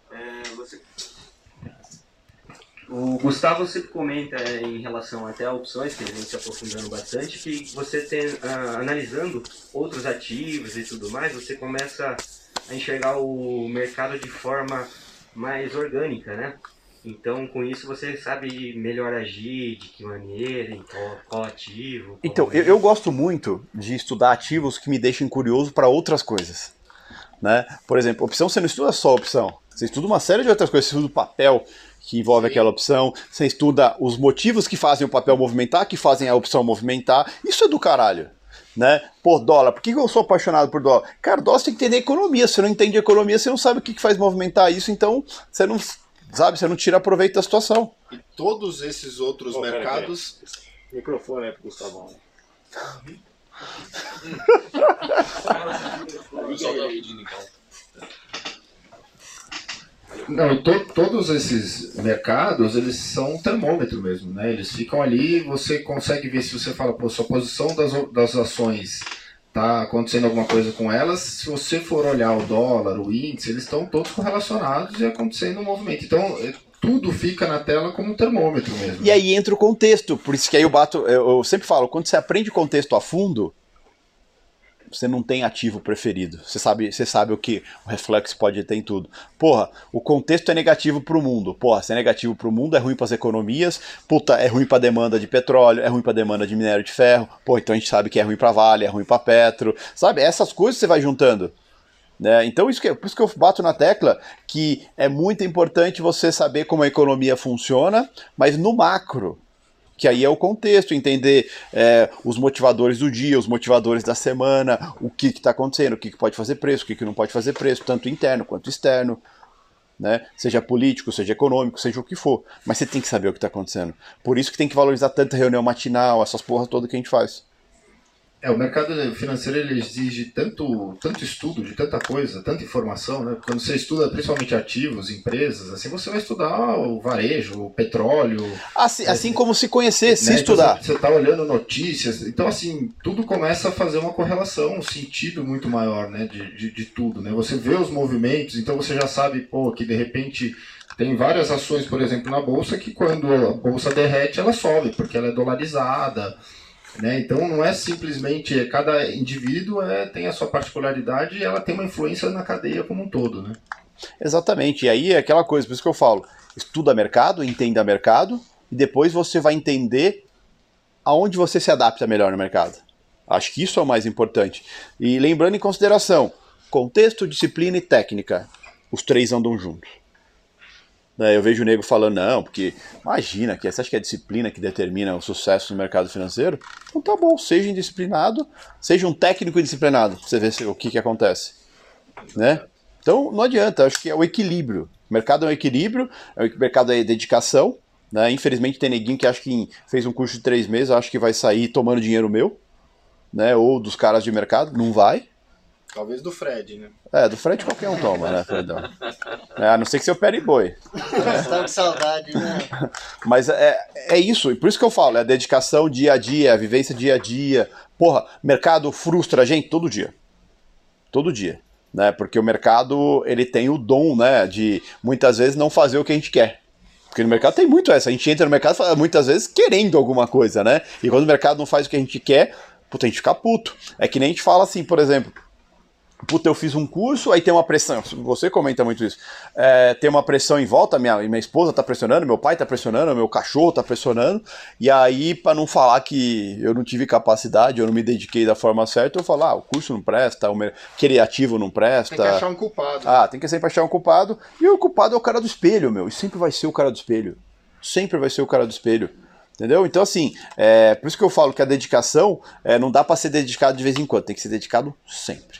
o Gustavo sempre comenta em relação até a opções, que a gente se aprofundando bastante, que você analisando outros ativos e tudo mais, você começa a enxergar o mercado de forma mais orgânica, né? Então, com isso, você sabe melhor agir, de que maneira, em qual ativo. Então, eu gosto muito de estudar ativos que me deixem curioso para outras coisas. Né? Por exemplo, opção, você não estuda só opção, você estuda uma série de outras coisas, você estuda o papel que envolve aquela opção, você estuda os motivos que fazem o papel movimentar, que fazem a opção movimentar, isso é do caralho, né? Dólar, por que eu sou apaixonado por dólar? Cara, dólar você tem que entender economia, se você não entende economia, você não sabe o que faz movimentar isso, então você não sabe, você não tira proveito da situação. E todos esses outros mercados... Microfone aí pro Gustavão. Não, todos esses mercados, eles são um termômetro mesmo, né? Eles ficam ali, você consegue ver se você fala, sua posição das ações está acontecendo alguma coisa com elas. Se você for olhar o dólar, o índice, eles estão todos correlacionados e acontecendo um movimento. Então, tudo fica na tela como um termômetro mesmo. E aí entra o contexto, por isso que aí eu sempre falo, quando você aprende contexto a fundo, você não tem ativo preferido. Você sabe o que o reflexo pode ter em tudo. O contexto é negativo para o mundo. Se é negativo para o mundo, é ruim para as economias. É ruim para a demanda de petróleo, é ruim para a demanda de minério de ferro. Então a gente sabe que é ruim para Vale, é ruim para Petro. Sabe? Essas coisas você vai juntando. Né? Então por isso que eu bato na tecla que é muito importante você saber como a economia funciona, mas no macro. Que aí é o contexto, entender os motivadores do dia, os motivadores da semana, o que está acontecendo, o que pode fazer preço, o que não pode fazer preço, tanto interno quanto externo, né? Seja político, seja econômico, seja o que for. Mas você tem que saber o que está acontecendo. Por isso que tem que valorizar tanta reunião matinal, essas porras todas que a gente faz. O mercado financeiro ele exige tanto estudo de tanta coisa, tanta informação, né? Quando você estuda principalmente ativos, empresas, assim, você vai estudar o varejo, o petróleo. Assim como se conhecer, se né? estudar. Então, você está olhando notícias, então assim, tudo começa a fazer uma correlação, um sentido muito maior, né? De tudo, né? Você vê os movimentos, então você já sabe, que de repente tem várias ações, por exemplo, na bolsa, que quando a bolsa derrete, ela sobe, porque ela é dolarizada. Né? Então não é simplesmente cada indivíduo tem a sua particularidade e ela tem uma influência na cadeia como um todo, né? Exatamente, e aí é aquela coisa, por isso que eu falo, estuda mercado, entenda mercado e depois você vai entender aonde você se adapta melhor no mercado. Acho que isso é o mais importante. E lembrando em consideração, contexto, disciplina e técnica, os três andam juntos. Eu vejo o nego falando, não, porque imagina, você acha que é a disciplina que determina o sucesso no mercado financeiro? Então tá bom, seja indisciplinado, seja um técnico indisciplinado, pra você ver o que acontece. Né? Então não adianta, acho que é o equilíbrio. O mercado é um equilíbrio, o mercado é dedicação. Né? Infelizmente tem neguinho que acha que fez um curso de 3 meses, acho que vai sair tomando dinheiro meu, né? Ou dos caras de mercado, não vai. Talvez do Fred, né? Do Fred qualquer um toma, né, Fredão? A não ser que você opere boi. Você tá com saudade, né? Mas é isso, e por isso que eu falo, é a dedicação dia a dia, a vivência dia a dia. Porra, mercado frustra a gente todo dia. Todo dia. Né? Porque o mercado, ele tem o dom, né, de muitas vezes não fazer o que a gente quer. Porque no mercado tem muito essa, a gente entra no mercado muitas vezes querendo alguma coisa, né? E quando o mercado não faz o que a gente quer, puta, a gente fica puto. É que nem a gente fala assim, por exemplo, puta, eu fiz um curso, aí tem uma pressão, você comenta muito isso, tem uma pressão em volta, minha esposa tá pressionando, meu pai tá pressionando, meu cachorro tá pressionando, e aí pra não falar que eu não tive capacidade, eu não me dediquei da forma certa, eu falo, o curso não presta, aquele ativo não presta. Tem que achar um culpado. Tem que sempre achar um culpado, e o culpado é o cara do espelho, meu, e sempre vai ser o cara do espelho. Sempre vai ser o cara do espelho. Entendeu? Então, assim, por isso que eu falo que a dedicação não dá pra ser dedicado de vez em quando, tem que ser dedicado sempre.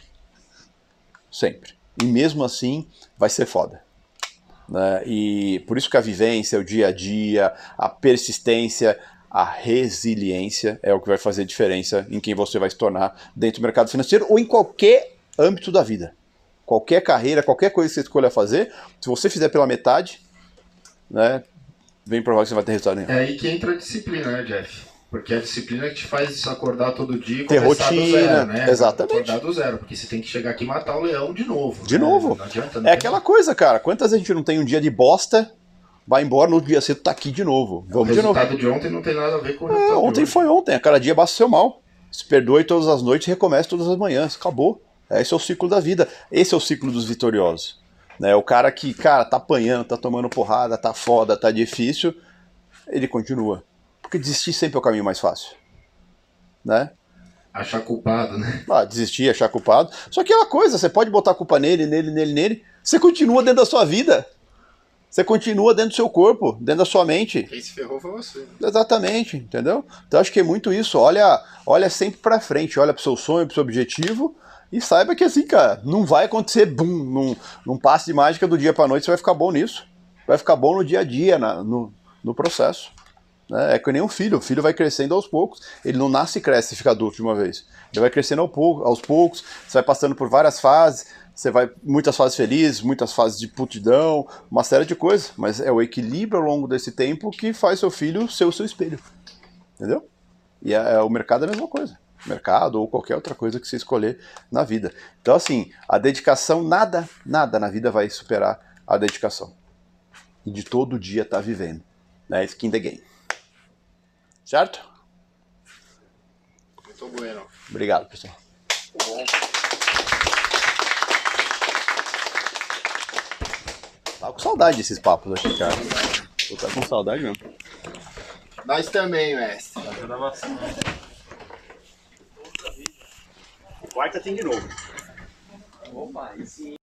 Sempre. E mesmo assim, vai ser foda. Né? E por isso que a vivência, o dia a dia, a persistência, a resiliência é o que vai fazer diferença em quem você vai se tornar dentro do mercado financeiro ou em qualquer âmbito da vida. Qualquer carreira, qualquer coisa que você escolha fazer, se você fizer pela metade, né, bem provável que você vai ter resultado nenhum. É aí que entra a disciplina, né, Jeff? Porque a disciplina que te faz acordar todo dia e ter começar rotina, do zero, né? Exatamente. Acordar do zero, porque você tem que chegar aqui e matar o leão de novo. De novo. Não adianta, É aquela coisa, cara. Quantas vezes a gente não tem um dia de bosta, vai embora, no dia cedo tá aqui de novo. Vamos de novo. O resultado de ontem não tem nada a ver com o resultado de ontem hoje. foi ontem. A cada dia basta o seu mal. Se perdoe todas as noites e recomece todas as manhãs. Acabou. Esse é o ciclo da vida. Esse é o ciclo dos vitoriosos. O cara que, tá apanhando, tá tomando porrada, tá foda, tá difícil, ele continua. Porque desistir sempre é o caminho mais fácil. Né? Achar culpado, né? Desistir, achar culpado. Só que é uma coisa, você pode botar a culpa nele, você continua dentro da sua vida. Você continua dentro do seu corpo, dentro da sua mente. Quem se ferrou foi você. Exatamente, entendeu? Então acho que é muito isso. Olha sempre pra frente, olha pro seu sonho, pro seu objetivo e saiba que assim, cara, não vai acontecer num passe de mágica do dia pra noite, você vai ficar bom nisso. Vai ficar bom no dia a dia, no processo. É que nem um filho, o filho vai crescendo aos poucos, ele não nasce e cresce e fica adulto de uma vez, ele vai crescendo aos poucos, você vai passando por várias fases, muitas fases felizes, muitas fases de putidão, uma série de coisas, mas é o equilíbrio ao longo desse tempo que faz seu filho ser o seu espelho, entendeu? E o mercado é a mesma coisa, mercado ou qualquer outra coisa que você escolher na vida. Então assim, a dedicação, nada na vida vai superar a dedicação, e de todo dia estar vivendo, né? Skin the game. Certo? Muito bueno. Obrigado, pessoal. Tava com saudade desses papos aqui, cara. Tô com saudade mesmo. Nós também, mestre. Quarta tem de novo. Opa, esse